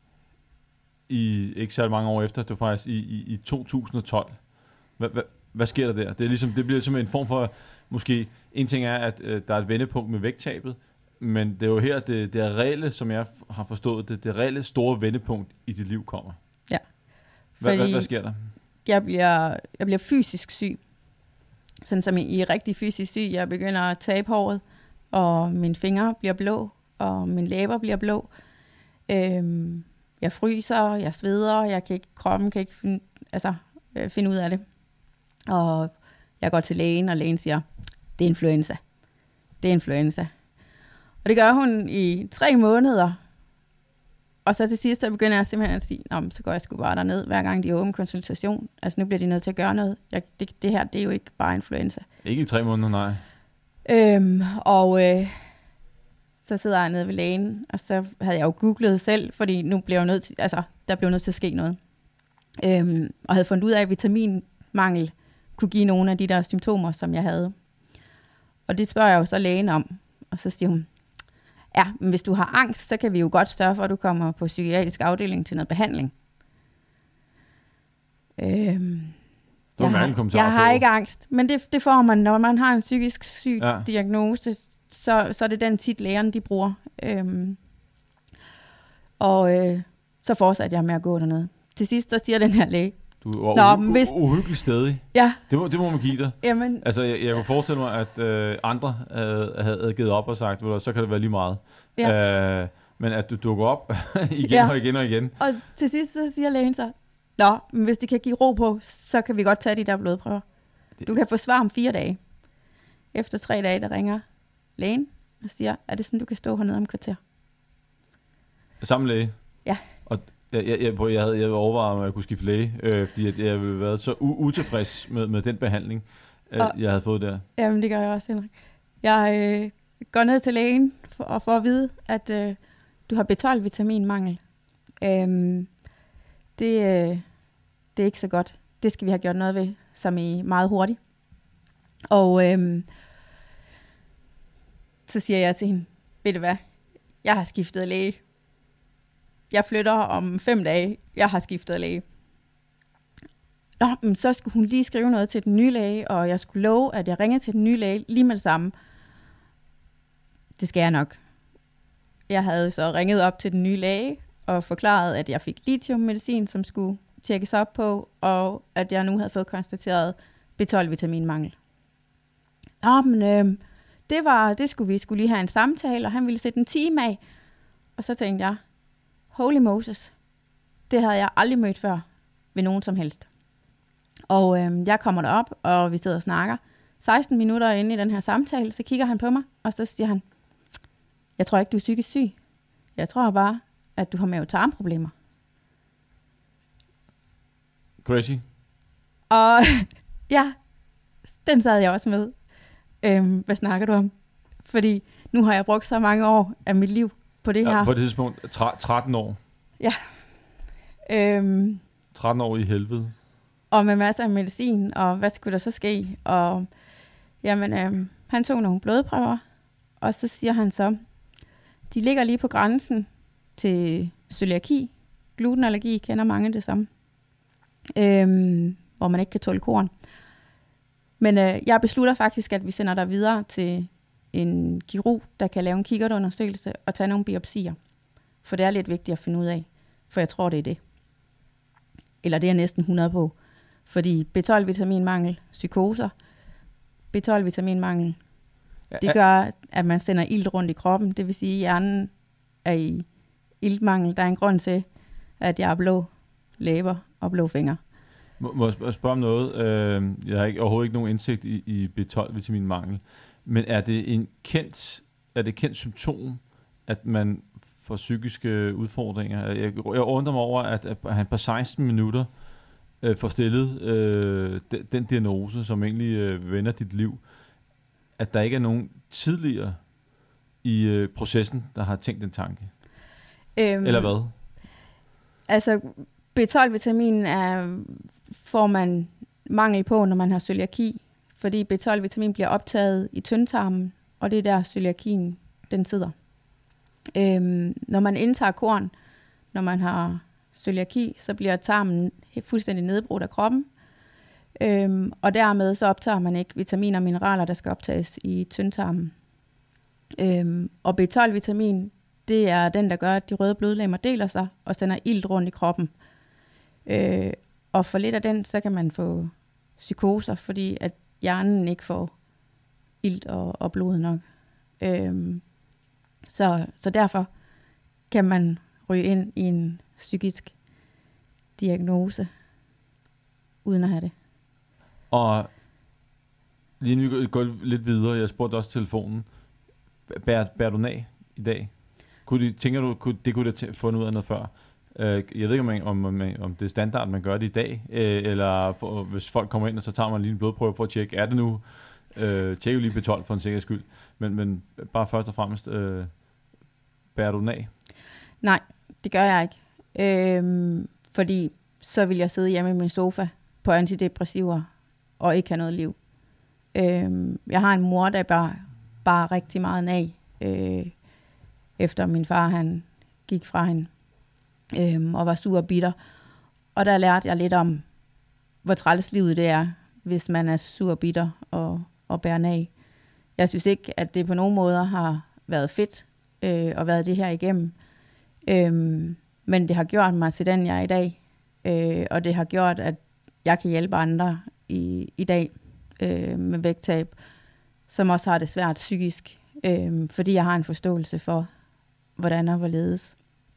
i ikke så mange år efter, det var faktisk i, i, i to tusind og tolv. Hvad, hvad, hvad sker der der? Det, er ligesom, det bliver som en form for, måske, en ting er, at øh, der er et vendepunkt med vægttabet, men det er jo her, det, det er reelle, som jeg har forstået det, det reelle store vendepunkt i dit liv kommer. Ja. Hvad, hvad, hvad sker der? Jeg bliver, jeg bliver fysisk syg. Sådan som i, i rigtig fysisk syg. Jeg begynder at tabe håret, og mine fingre bliver blå, og mine læber bliver blå. Øhm, jeg fryser, jeg sveder, jeg kan ikke, kroppen kan ikke finde, altså, øh, finde ud af det. Og jeg går til lægen, og lægen siger, det er influenza. Det er influenza. Og det gør hun i tre måneder. Og så til sidst, så begynder jeg simpelthen at sige, nå, så går jeg sgu bare derned, hver gang de er åben konsultation. Altså nu bliver de nødt til at gøre noget. Jeg, det, det her, det er jo ikke bare influenza. Ikke i tre måneder, nej. Øhm, og øh, så sidder jeg nede ved lægen, og så havde jeg jo googlet selv, fordi nu blev jeg nødt til, altså, der blev nødt til at ske noget. Øhm, og havde fundet ud af, at vitaminmangel kunne give nogle af de der symptomer, som jeg havde. Og det spørger jeg jo så lægen om, og så siger hun, ja, men hvis du har angst, så kan vi jo godt sørge for, at du kommer på psykiatrisk afdeling til noget behandling. Øhm, jeg har, jeg har ikke angst, men det, det får man, når man har en psykisk syg ja. diagnose, så, så er det den tit lægerne, de bruger. Øhm, og øh, så fortsatte jeg med at gå dernede. Til sidst, så siger den her læge, du var Nå, u- hvis... uhyggeligt stedig. Ja. Det må, det må man give dig. Jamen. Altså, jeg, jeg kunne forestille mig, at øh, andre havde, havde givet op og sagt, så kan det være lige meget. Ja. Øh, men at du dukker op igen ja. og igen og igen. Og til sidst, så siger lægen så, nå, men hvis de kan give ro på, så kan vi godt tage de der blodprøver. Du kan få svar om fire dage. Efter tre dage, der ringer lægen og siger, er det sådan, du kan stå hernede om kvarter? Samme læge? Ja. Og jeg, jeg, jeg, jeg havde jeg overvejet, om jeg kunne skifte læge, øh, fordi jeg, jeg ville have været så u- utilfreds med, med den behandling, øh, og, jeg havde fået der. Jamen, det gør jeg også, Henrik. Jeg øh, går ned til lægen for, og får at vide, at øh, du har B tolv vitaminmangel. Øhm, det, øh, det er ikke så godt. Det skal vi have gjort noget ved, som i meget hurtigt. Og øh, så siger jeg til hende, ved du hvad, jeg har skiftet læge. Jeg flytter om fem dage. Jeg har skiftet læge. Nå, men så skulle hun lige skrive noget til den nye læge, og jeg skulle love, at jeg ringede til den nye læge lige med det samme. Det skal jeg nok. Jeg havde så ringet op til den nye læge, og forklaret, at jeg fik lithiummedicin, som skulle tjekkes op på, og at jeg nu havde fået konstateret B tolv vitaminmangel. Nå, men øh, det, var, det skulle vi skulle lige have en samtale, og han ville sætte en time af. Og så tænkte jeg, holy Moses, det havde jeg aldrig mødt før ved nogen som helst. Og øh, jeg kommer derop, og vi sidder og snakker. seksten minutter inde i den her samtale, så kigger han på mig, og så siger han, jeg tror ikke, du er psykisk syg. Jeg tror bare, at du har mave-tarmproblemer. Crazy. Og ja, den sad jeg også med. Øhm, hvad snakker du om? Fordi nu har jeg brugt så mange år af mit liv på det ja, her. På det tidspunkt, tretten år. Ja. Øhm, tretten år i helvede. Og med masser af medicin, og hvad skulle der så ske? Og jamen, øhm, han tog nogle blodprøver, og så siger han så, de ligger lige på grænsen til cøliaki. Glutenallergi kender mange det samme. Øhm, hvor man ikke kan tåle korn. Men øh, jeg beslutter faktisk, at vi sender dig videre til en kirurg, der kan lave en kikkertundersøgelse og tage nogle biopsier. For det er lidt vigtigt at finde ud af, for jeg tror, det er det. Eller det er næsten hundrede på. Fordi B tolv vitaminmangel, psykoser, B tolv vitaminmangel, Ja, det gør, at man sender ilt rundt i kroppen. Det vil sige, at hjernen er i iltmangel. Der er en grund til, at jeg har blå læber og blå fingre. Må, må jeg spørge om noget? Øh, jeg har ikke, overhovedet ikke nogen indsigt i, i B tolv vitaminmangel. Men er det en kendt, er det et kendt symptom, at man får psykiske udfordringer? Jeg, jeg undrer mig over, at, at han på seksten minutter øh, får stillet øh, den, den diagnose, som egentlig øh, vender dit liv. At der ikke er nogen tidligere i øh, processen, der har tænkt den tanke? Øhm, Eller hvad? Altså, B tolv vitamin er, får man mangel på, når man har cøliaki, fordi B tolv vitamin bliver optaget i tyndtarmen, og det er der cøliakien, den sidder. Øhm, når man indtager korn, når man har cøliaki, så bliver tarmen fuldstændig nedbrudt af kroppen, øhm, og dermed så optager man ikke vitaminer og mineraler, der skal optages i tyndtarmen. Øhm, og B tolv vitamin, det er den, der gør, at de røde blodlegemer deler sig og sender ilt rundt i kroppen. Øh, og for lidt af den, så kan man få psykoser, fordi at hjernen ikke får ilt og, og blod nok. Øh, så, så derfor kan man ryge ind i en psykisk diagnose, uden at have det. Og lige nu vi går lidt videre, jeg spurgte også telefonen, bærer, bærer du nag i dag? Kunne de, tænker du, kunne, det kunne du fundet ud af noget før? Uh, jeg ved ikke, om, man, om, om, om det er standard, man gør det i dag, uh, eller for, hvis folk kommer ind, og så tager man lige en blodprøve for at tjekke, er det nu? Uh, tjek jo lige B tolv for en sikkerheds skyld. Men, men bare først og fremmest, uh, bærer du nag? Nej, det gør jeg ikke. Øhm, fordi så vil jeg sidde hjemme i min sofa på antidepressiver, og ikke have noget liv. Øhm, jeg har en mor, der bare, bare rigtig meget nag, øh, efter min far han gik fra hende, øhm, og var sur og bitter. Og der lærte jeg lidt om, hvor træls livet det er, hvis man er sur og bitter og, og bærer nag. Jeg synes ikke, at det på nogen måder har været fedt, øh, og været det her igennem. Øhm, men det har gjort mig til den, jeg er i dag. Øh, og det har gjort, at jeg kan hjælpe andre i, i dag øh, med vægttab, som også har det svært psykisk, øh, fordi jeg har en forståelse for, hvordan og hvorledes.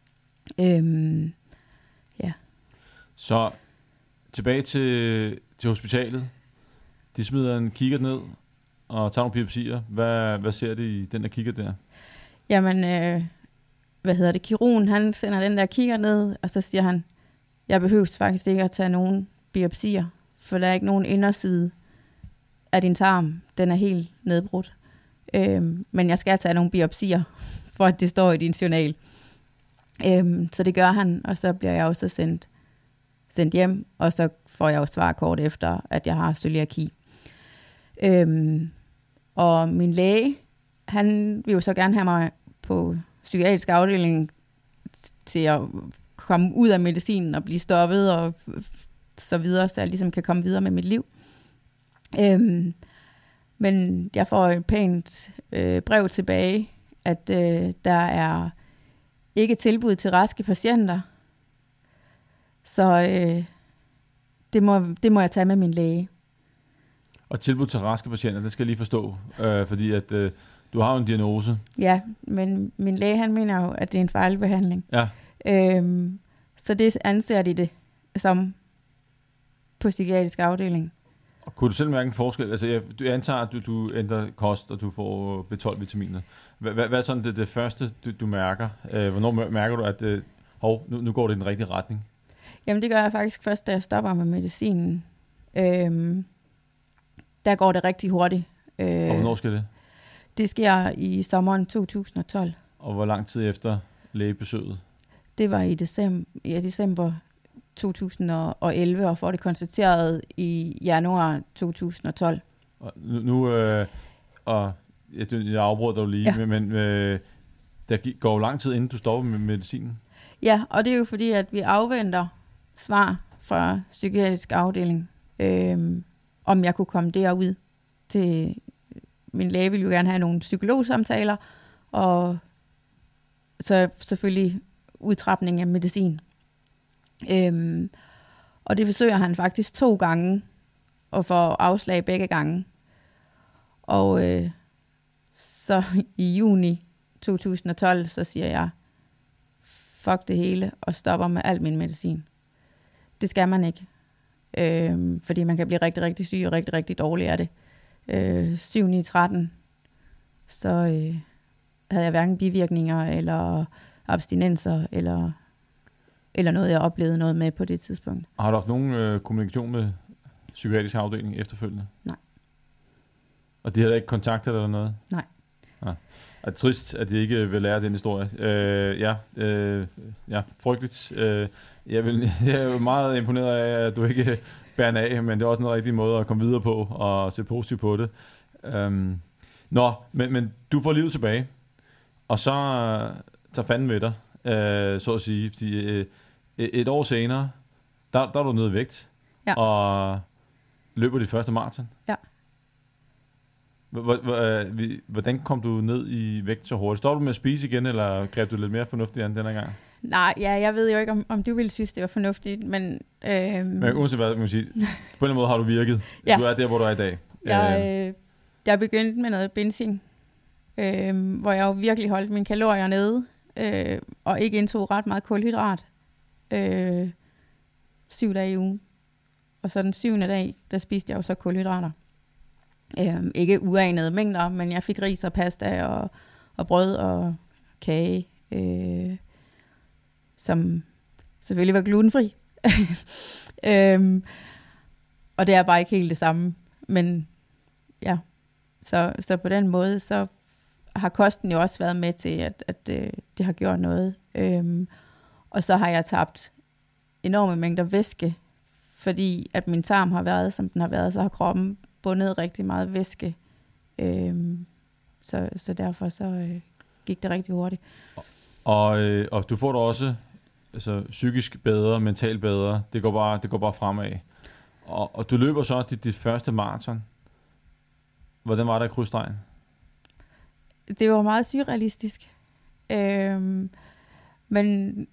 Øhm, ja. Så tilbage til, til hospitalet. De smider en kikkert ned og tager nogle biopsier. Hvad, hvad ser de i den der kikkert der? Jamen, øh, hvad hedder det? Kirurgen, han sender den der kikkert ned, og så siger han, jeg behøver faktisk ikke at tage nogen biopsier, for der er ikke nogen inderside af din tarm. Den er helt nedbrudt. Øhm, men jeg skal tage nogle biopsier, for at det står i din journal. Øhm, så det gør han, og så bliver jeg også sendt, sendt hjem, og så får jeg jo svar kort efter, at jeg har cøliaki. Øhm, og min læge, han vil jo så gerne have mig på psykiatrisk afdeling til at komme ud af medicinen og blive stoppet og så videre, så jeg ligesom kan komme videre med mit liv. Øhm, men jeg får et pænt øh, brev tilbage, at øh, der er ikke tilbud til raske patienter. Så øh, det, må, det må jeg tage med min læge. Og tilbud til raske patienter, det skal jeg lige forstå, øh, fordi at øh, du har jo en diagnose. Ja, men min læge, han mener jo, at det er en fejlbehandling. Ja. Øhm, så det anser de det som på psykiatrisk afdeling. Og kunne du selv mærke en forskel? Altså, jeg, jeg antager, at du, du ændrer kost, og du får B tolv vitaminer. Hvad, hvad er sådan det, det første, du, du mærker? Øh, hvornår mærker du, at øh, hov, nu, nu går det i den rigtige retning? Jamen, det gør jeg faktisk først, da jeg stopper med medicinen. Øhm, der går det rigtig hurtigt. Øh, og hvornår skal det? Det sker i sommeren to tusind og tolv. Og hvor lang tid efter lægebesøget? Det var i december, i december to tusind og elleve, og får det konstateret i januar to tusind og tolv. Og nu, nu øh, og jeg, jeg afbryder dig lige, ja. men øh, der går jo lang tid, inden du stopper med medicinen. Ja, og det er jo fordi, at vi afventer svar fra psykiatrisk afdeling, øh, om jeg kunne komme derud til. Min læge ville jo gerne have nogle psykologsamtaler, og så selvfølgelig udtrapning af medicin. Øhm, Og det forsøger han faktisk to gange, og får afslag begge gange. Og øh, så i juni to tusind og tolv, så siger jeg, fuck det hele, og stopper med al min medicin. Det skal man ikke. Øh, fordi man kan blive rigtig, rigtig syg, og rigtig, rigtig dårlig af det. Øh, syv ni tretten, så øh, havde jeg hverken bivirkninger, eller abstinenser, eller, eller noget, jeg oplevede noget med på det tidspunkt. Har du haft nogen øh, kommunikation med psykiatrisk afdeling efterfølgende? Nej. Og de havde ikke kontaktet eller noget? Nej. Nej. Det er trist, at de ikke vil lære den historie. Øh, ja, øh, ja, frygteligt. Øh, jeg, vil, jeg er jo meget imponeret af, at du ikke bærer den af, men det er også en rigtig måde at komme videre på og se positivt på det. Um, nå, men, men du får livet tilbage, og så tager fanden med dig, øh, så at sige. Fordi øh, et år senere, der, der er du nede i vægt, ja. Og løber dit første maraton. Ja. Hvordan kom du ned i vægt så hurtigt? Står du med at spise igen, eller greb du lidt mere fornuftigt end denne gang? Nej, ja, jeg ved jo ikke, om, om du ville synes, det var fornuftigt, men... Øhm, men uanset hvad, kan man sige, på en måde har du virket. Ja. Du er der, hvor du er i dag. Jeg, øh, jeg begyndte med noget benzing, øh, hvor jeg jo virkelig holdt mine kalorier nede, øh, og ikke indtog ret meget kulhydrat. Øh, syv dage i ugen. Og så den syvende dag, der spiste jeg jo så kulhydrater. Øh, ikke uanede mængder, men jeg fik ris og pasta og, og brød og kage, øh, som selvfølgelig var glutenfri. øhm, og det er bare ikke helt det samme. Men ja, så, så på den måde, så har kosten jo også været med til, at, at øh, det har gjort noget. Øhm, og så har jeg tabt enorme mængder væske, fordi at min tarm har været, som den har været, så har kroppen bundet rigtig meget væske. Øhm, så, så derfor så øh, gik det rigtig hurtigt. Og, øh, og du får det også altså, psykisk bedre, mentalt bedre. Det går bare, det går bare fremad. Og, og du løber så dit, dit første maraton. Hvordan var det i krydsstregen? Det var meget surrealistisk. Øhm, men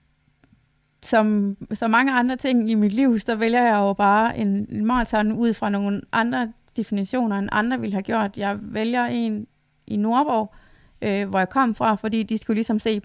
som så mange andre ting i mit liv, så vælger jeg jo bare en, en maraton ud fra nogle andre definitioner, end andre ville have gjort. Jeg vælger en i Nordborg, øh, hvor jeg kom fra, fordi de skulle ligesom se,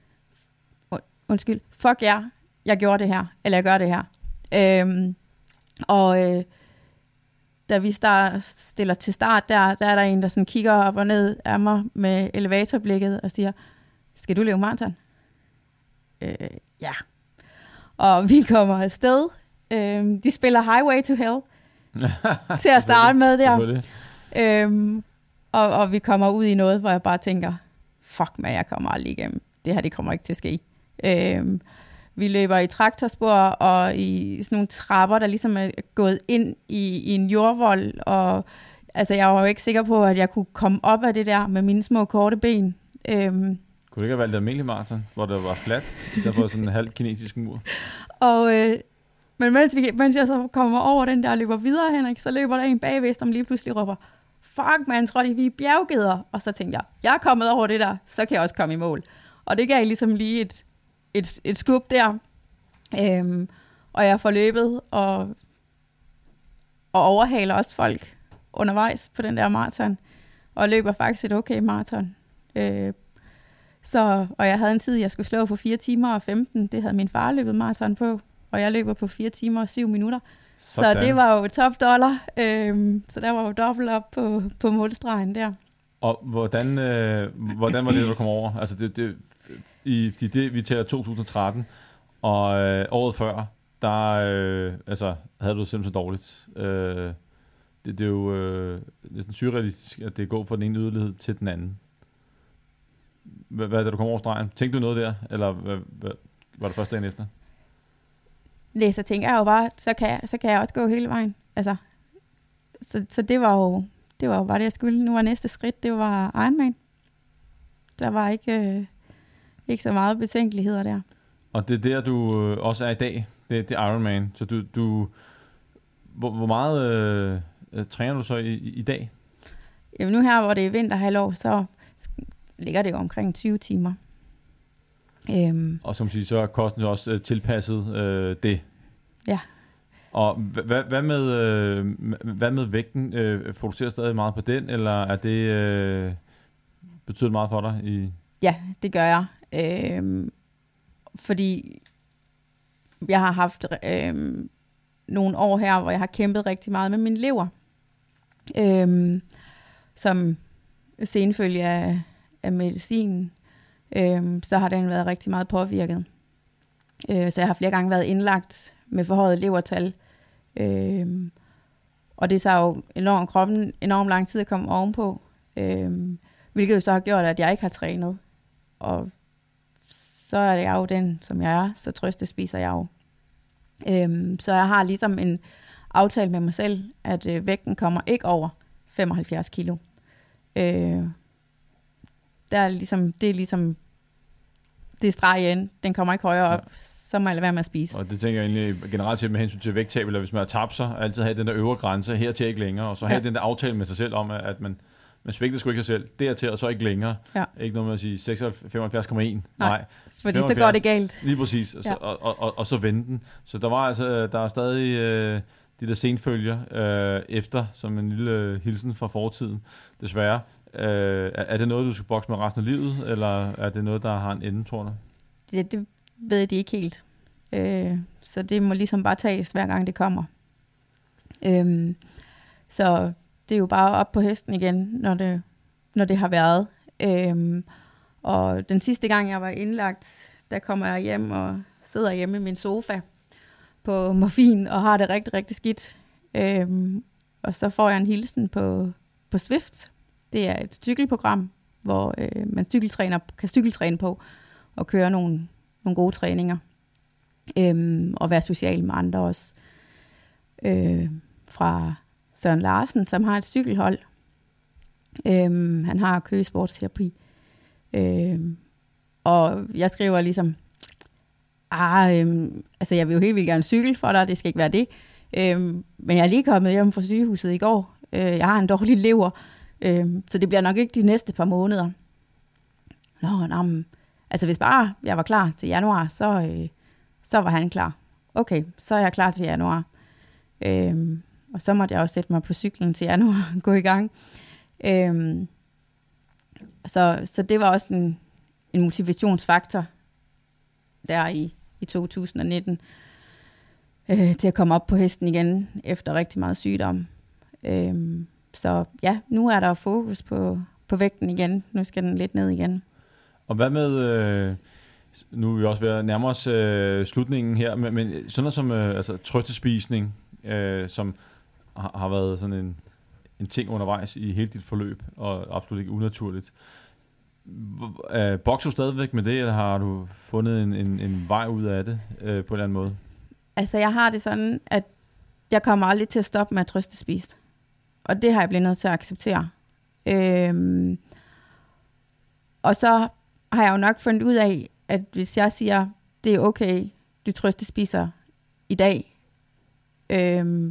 undskyld, fuck jer, yeah, jeg gjorde det her, eller jeg gør det her. Øhm, og øh, da vi start, stiller til start der, der er der en, der sådan kigger op og ned af mig med elevatorblikket og siger, skal du løbe maraton? Øh, ja. Og vi kommer afsted. Øh, de spiller Highway to Hell til at starte med der. Øhm, og, og vi kommer ud i noget, hvor jeg bare tænker, fuck man, jeg kommer aldrig igennem. Det her, det kommer ikke til at ske. Øhm, vi løber i traktorspor og i sådan nogle trapper, der ligesom er gået ind i, i en jordvold. Og altså, jeg var jo ikke sikker på, at jeg kunne komme op af det der med mine små korte ben. Øhm, kunne du ikke have valgt et almindeligt maraton, hvor det var fladt? Der var sådan en halv kinesisk mur. Og, øh, men mens, vi, mens jeg så kommer over den der og løber videre, Henrik, så løber der en bagved, som lige pludselig råber, fuck man, tror de, vi er bjerggeder. Og så tænkte jeg, jeg er kommet over det der, så kan jeg også komme i mål. Og det gav ligesom lige et, et, et skub der. Øhm, og jeg får løbet og, og overhaler også folk undervejs på den der maraton. Og løber faktisk et okay maraton. Øh, så, og jeg havde en tid, jeg skulle slå på fire timer og femten. Det havde min far løbet maraton på. Og jeg løber på fire timer og syv minutter. Sådan. Så det var jo top dollar. Øhm, så der var jo dobbelt op på, på målstregen der. Og hvordan, øh, hvordan var det, du kom over? Altså det, det, i, det, det vi tager to tusind og tretten, og øh, året før, der øh, altså, havde du det simpelthen så dårligt. Øh, det, det er jo øh, næsten surrealistisk, at det går fra den ene yderlighed til den anden. Hvad, hvad da du kom over stregen? Tænkte du noget der, eller hvad, hvad, var det første dagen efter? Det, så tænker jeg jo bare, så kan jeg, så kan jeg også gå hele vejen. Altså, så, så det var jo det var jo bare det, jeg skulle. Nu var næste skridt, det var Ironman. Der var ikke, øh, ikke så meget betænkeligheder der. Og det er der, du øh, også er i dag. Det, det er Ironman. Så du, du hvor, hvor meget øh, træner du så i, i dag? Jamen nu her, hvor det er vinterhalvår, så ligger det jo omkring tyve timer. Øhm. Og som siger, så er kosten også øh, tilpasset øh, det. Ja. Og hvad, hvad, med, øh, hvad med vægten? Øh, fokuserer stadig meget på den, eller er det øh, betyder det meget for dig? I Ja, det gør jeg. Øh, fordi jeg har haft øh, nogle år her, hvor jeg har kæmpet rigtig meget med min lever. Øh, som senfølge af, af medicinen, øh, så har den været rigtig meget påvirket. Øh, så jeg har flere gange været indlagt med forhøjet levertal. Øh, og det tager jo enormt, kroppen enormt lang tid at komme ovenpå. Øh, hvilket jo så har gjort, at jeg ikke har trænet. Og så er jeg jo den, som jeg er, så trøstespiser jeg jo. Øhm, så jeg har ligesom en aftale med mig selv, at øh, vægten kommer ikke over femoghalvfjerds kilo. Øh, der er ligesom, det er ligesom, det er streg igen. Den kommer ikke højere op, ja. Så må jeg lade være med at spise. Og det tænker jeg egentlig generelt set med hensyn til vægttab, eller hvis man har tabt sig, altid have den der øvre grænse, her til ikke længere, og så have ja. den der aftale med sig selv om, at man Man svigter sgu ikke sig selv. Dertil, og så ikke længere. Ja. Ikke noget med at sige femoghalvfjerds komma en. Nej, Nej, fordi femoghalvfjerds, så går det galt. Lige præcis. Og, ja. så, og, og, og, og så vende den. Så der var altså, der er stadig øh, de der senfølger øh, efter, som en lille øh, hilsen fra fortiden, desværre. Øh, er det noget, du skal bokse med resten af livet, eller er det noget, der har en ende, tror du? Det, det ved de ikke helt. Øh, så det må ligesom bare tages, hver gang det kommer. Øh, så... Det er jo bare op på hesten igen, når det, når det har været. Øhm, og den sidste gang, jeg var indlagt, der kommer jeg hjem og sidder hjemme i min sofa på morfin og har det rigtig, rigtig skidt. Øhm, og så får jeg en hilsen på, på Swift. Det er et cykelprogram, hvor øh, man cykeltræner, kan cykeltræne på og køre nogle, nogle gode træninger. Øhm, og være social med andre også. Øh, fra... Søren Larsen, som har et cykelhold. Øhm, han har Køge Sportsterapi. Øhm, og jeg skriver ligesom, ah, øhm, altså jeg vil jo helt vildt gerne cykle for dig, det skal ikke være det. Øhm, men jeg er lige kommet hjem fra sygehuset i går. Øh, jeg har en dårlig lever, øhm, så det bliver nok ikke de næste par måneder. Nå, nå, men, altså hvis bare jeg var klar til januar, så, øh, så var han klar. Okay, så er jeg klar til januar. Øhm, Og så måtte jeg også sætte mig på cyklen til januar og gå i gang. Øhm, så, så det var også en, en motivationsfaktor der i, i to tusind nitten øh, til at komme op på hesten igen efter rigtig meget sygdom. Øhm, så ja, nu er der fokus på, på vægten igen. Nu skal den lidt ned igen. Og hvad med... Øh nu er vi også ved at nærme os øh, slutningen her, men, men sådan noget som øh, altså, trøstespisning, øh, som har, har været sådan en, en ting undervejs i hele dit forløb, og absolut ikke unaturligt. Øh, bokser du stadigvæk med det, eller har du fundet en, en, en vej ud af det øh, på en eller anden måde? Altså jeg har det sådan, at jeg kommer aldrig til at stoppe med at trøstespise. Og det har jeg blevet nødt til at acceptere. Øhm, og så har jeg jo nok fundet ud af, at hvis jeg siger, det er okay, du trøstespiser i dag, øhm,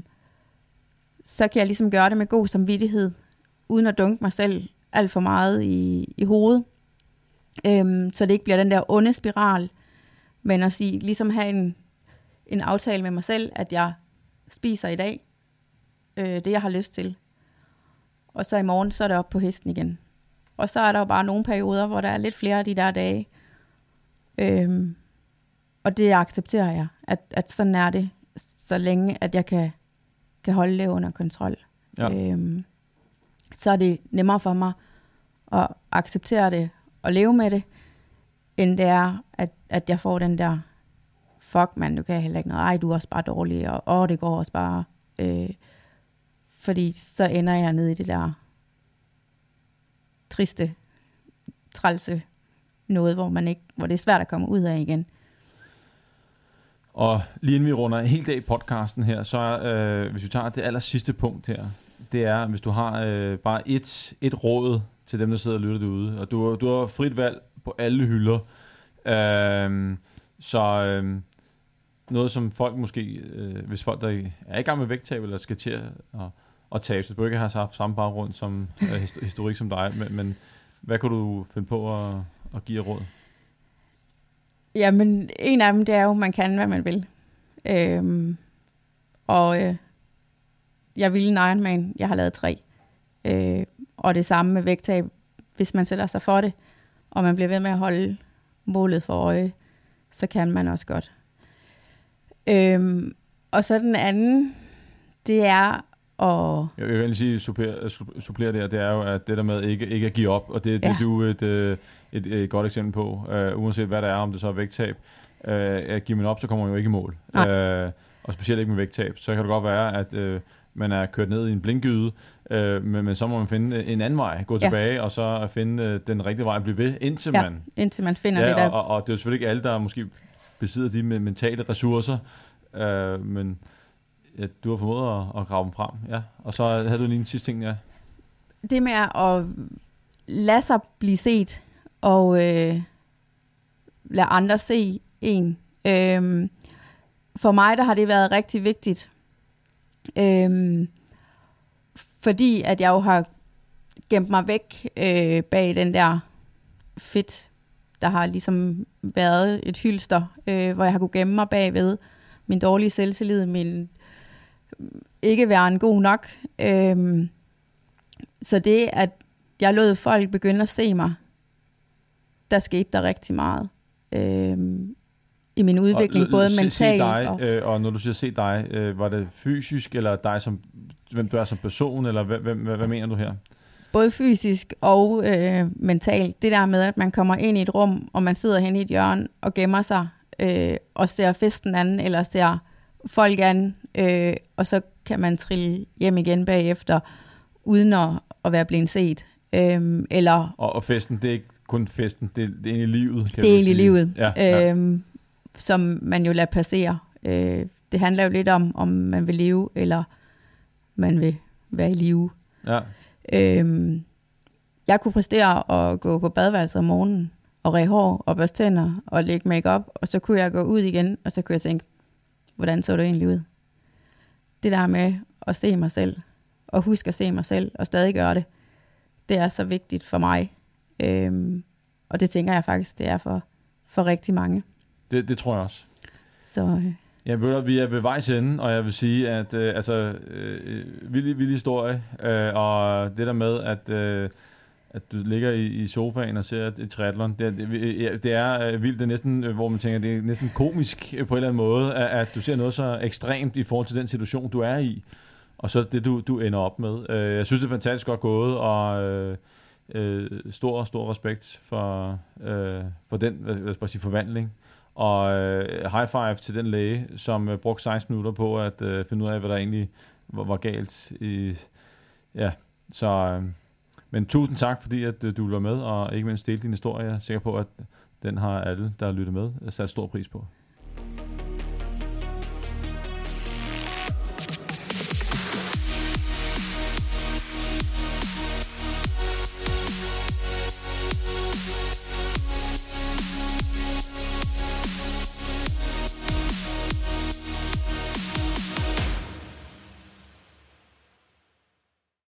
så kan jeg ligesom gøre det med god samvittighed, uden at dunke mig selv alt for meget i, i hovedet. Øhm, så det ikke bliver den der onde spiral, men at sige, ligesom have en, en aftale med mig selv, at jeg spiser i dag, øh, det jeg har lyst til. Og så i morgen, så er det op på hesten igen. Og så er der jo bare nogle perioder, hvor der er lidt flere af de der dage. Øhm, og det accepterer jeg, at, at sådan er det, så længe at jeg kan, kan holde det under kontrol. Ja. Øhm, så er det nemmere for mig at acceptere det og leve med det, end det er, at, at jeg får den der, fuck man, du kan heller ikke noget, ej, du er også bare dårlig, og åh, det går også bare. Øh, fordi så ender jeg nede i det der triste, trælse noget, hvor man ikke, hvor det er svært at komme ud af igen. Og lige inden vi runder helt af podcasten her, så øh, hvis vi tager det aller sidste punkt her, det er, hvis du har øh, bare et, et råd til dem, der sidder og lytter derude, og du, du har frit valg på alle hylder, øh, så øh, noget som folk måske, øh, hvis folk der er i gang med vægttab, eller skal til at, at, at tabe, så du ikke har haft samme baggrund som øh, historik som dig, men, men hvad kan du finde på at, at give råd? Jamen, en af dem, det er jo, man kan, hvad man vil. Øhm, Og øh, jeg ville en Ironman, jeg har lavet tre. Øh, og det samme med vægttab, hvis man sætter sig for det, og man bliver ved med at holde målet for øje, så kan man også godt. Øhm, og så den anden, det er at... Jeg vil lige sige, supplere, supplere der, det er jo, at det der med ikke, ikke at give op, og det, det Ja. er du et, et, et, et godt eksempel på, uh, uanset hvad det er, om det så er vægttab. Uh, at give man op, så kommer man jo ikke i mål. Uh, og specielt ikke med vægttab. Så kan det godt være, at uh, man er kørt ned i en blinkgyde, uh, men, men så må man finde en anden vej, gå Ja. tilbage, og så finde uh, den rigtige vej at blive ved, indtil ja, man... indtil man finder Ja, det der. og, og, og det er jo selvfølgelig ikke alle, der måske besidder de med mentale ressourcer, uh, men... Ja, du har formået at, at grave dem frem, ja. Og så havde du lige en sidste ting, ja. Det med at lade sig blive set, og øh, lade andre se en. Øhm, for mig, der har det været rigtig vigtigt. Øhm, fordi at jeg jo har gemt mig væk øh, bag den der fedt, der har ligesom været et hylster, øh, hvor jeg har kunne gemme mig bagved min dårlige selvtillid, min ikke være en god nok. Øhm, så det, at jeg lod folk begynde at se mig, der skete der rigtig meget øhm, i min udvikling, og, både se, mentalt se dig, og... Øh, og når du siger se dig, øh, var det fysisk, eller dig som, hvem du er som person, eller hvad, hvem, hvad, hvad mener du her? Både fysisk og øh, mentalt. Det der med, at man kommer ind i et rum, og man sidder hen i et hjørne og gemmer sig, øh, og ser festen an, eller ser folk an, øh, og så kan man trille hjem igen bagefter, uden at, at være blevet set. Øh, eller Og, og festen, det er ikke kun festen, det er, det er egentlig livet, kan det er du egentlig sige. livet, Ja, ja. øh, som man jo lader passere. Øh, det handler jo lidt om, om man vil leve, eller man vil være i live. Ja. Øhm, jeg kunne præstere at gå på badeværelset om morgenen, og ræge hår, og børste tænder, og lægge make-up, og så kunne jeg gå ud igen, og så kunne jeg tænke, hvordan så du egentlig ud? Det der med at se mig selv, og huske at se mig selv, og stadig gøre det, det er så vigtigt for mig. Øhm, og det tænker jeg faktisk, det er for, for rigtig mange. Det, det tror jeg også. Så... Øh, Ja, ved du, vi er ved vejs ende, og jeg vil sige, at øh, altså, øh, vild, vild historie, øh, og det der med, at, øh, at du ligger i, i sofaen og ser et, et triathlon, det, det, det er øh, vildt, det er næsten, øh, hvor man tænker, det er næsten komisk øh, på en eller anden måde, at, at du ser noget så ekstremt i forhold til den situation, du er i, og så det, du, du ender op med. Øh, jeg synes, det er fantastisk godt gået, og øh, øh, stor, stor respekt for, øh, for den, hvad skal jeg sige, forvandling. Og øh, high five til den læge, som øh, brugte seksten minutter på at øh, finde ud af, hvad der egentlig var, var galt. I, ja, så, øh, men tusind tak, fordi at, øh, du ville være med, og ikke mindst dele din historie. Jeg er sikker på, at den har alle, der har lyttet med, sat stor pris på.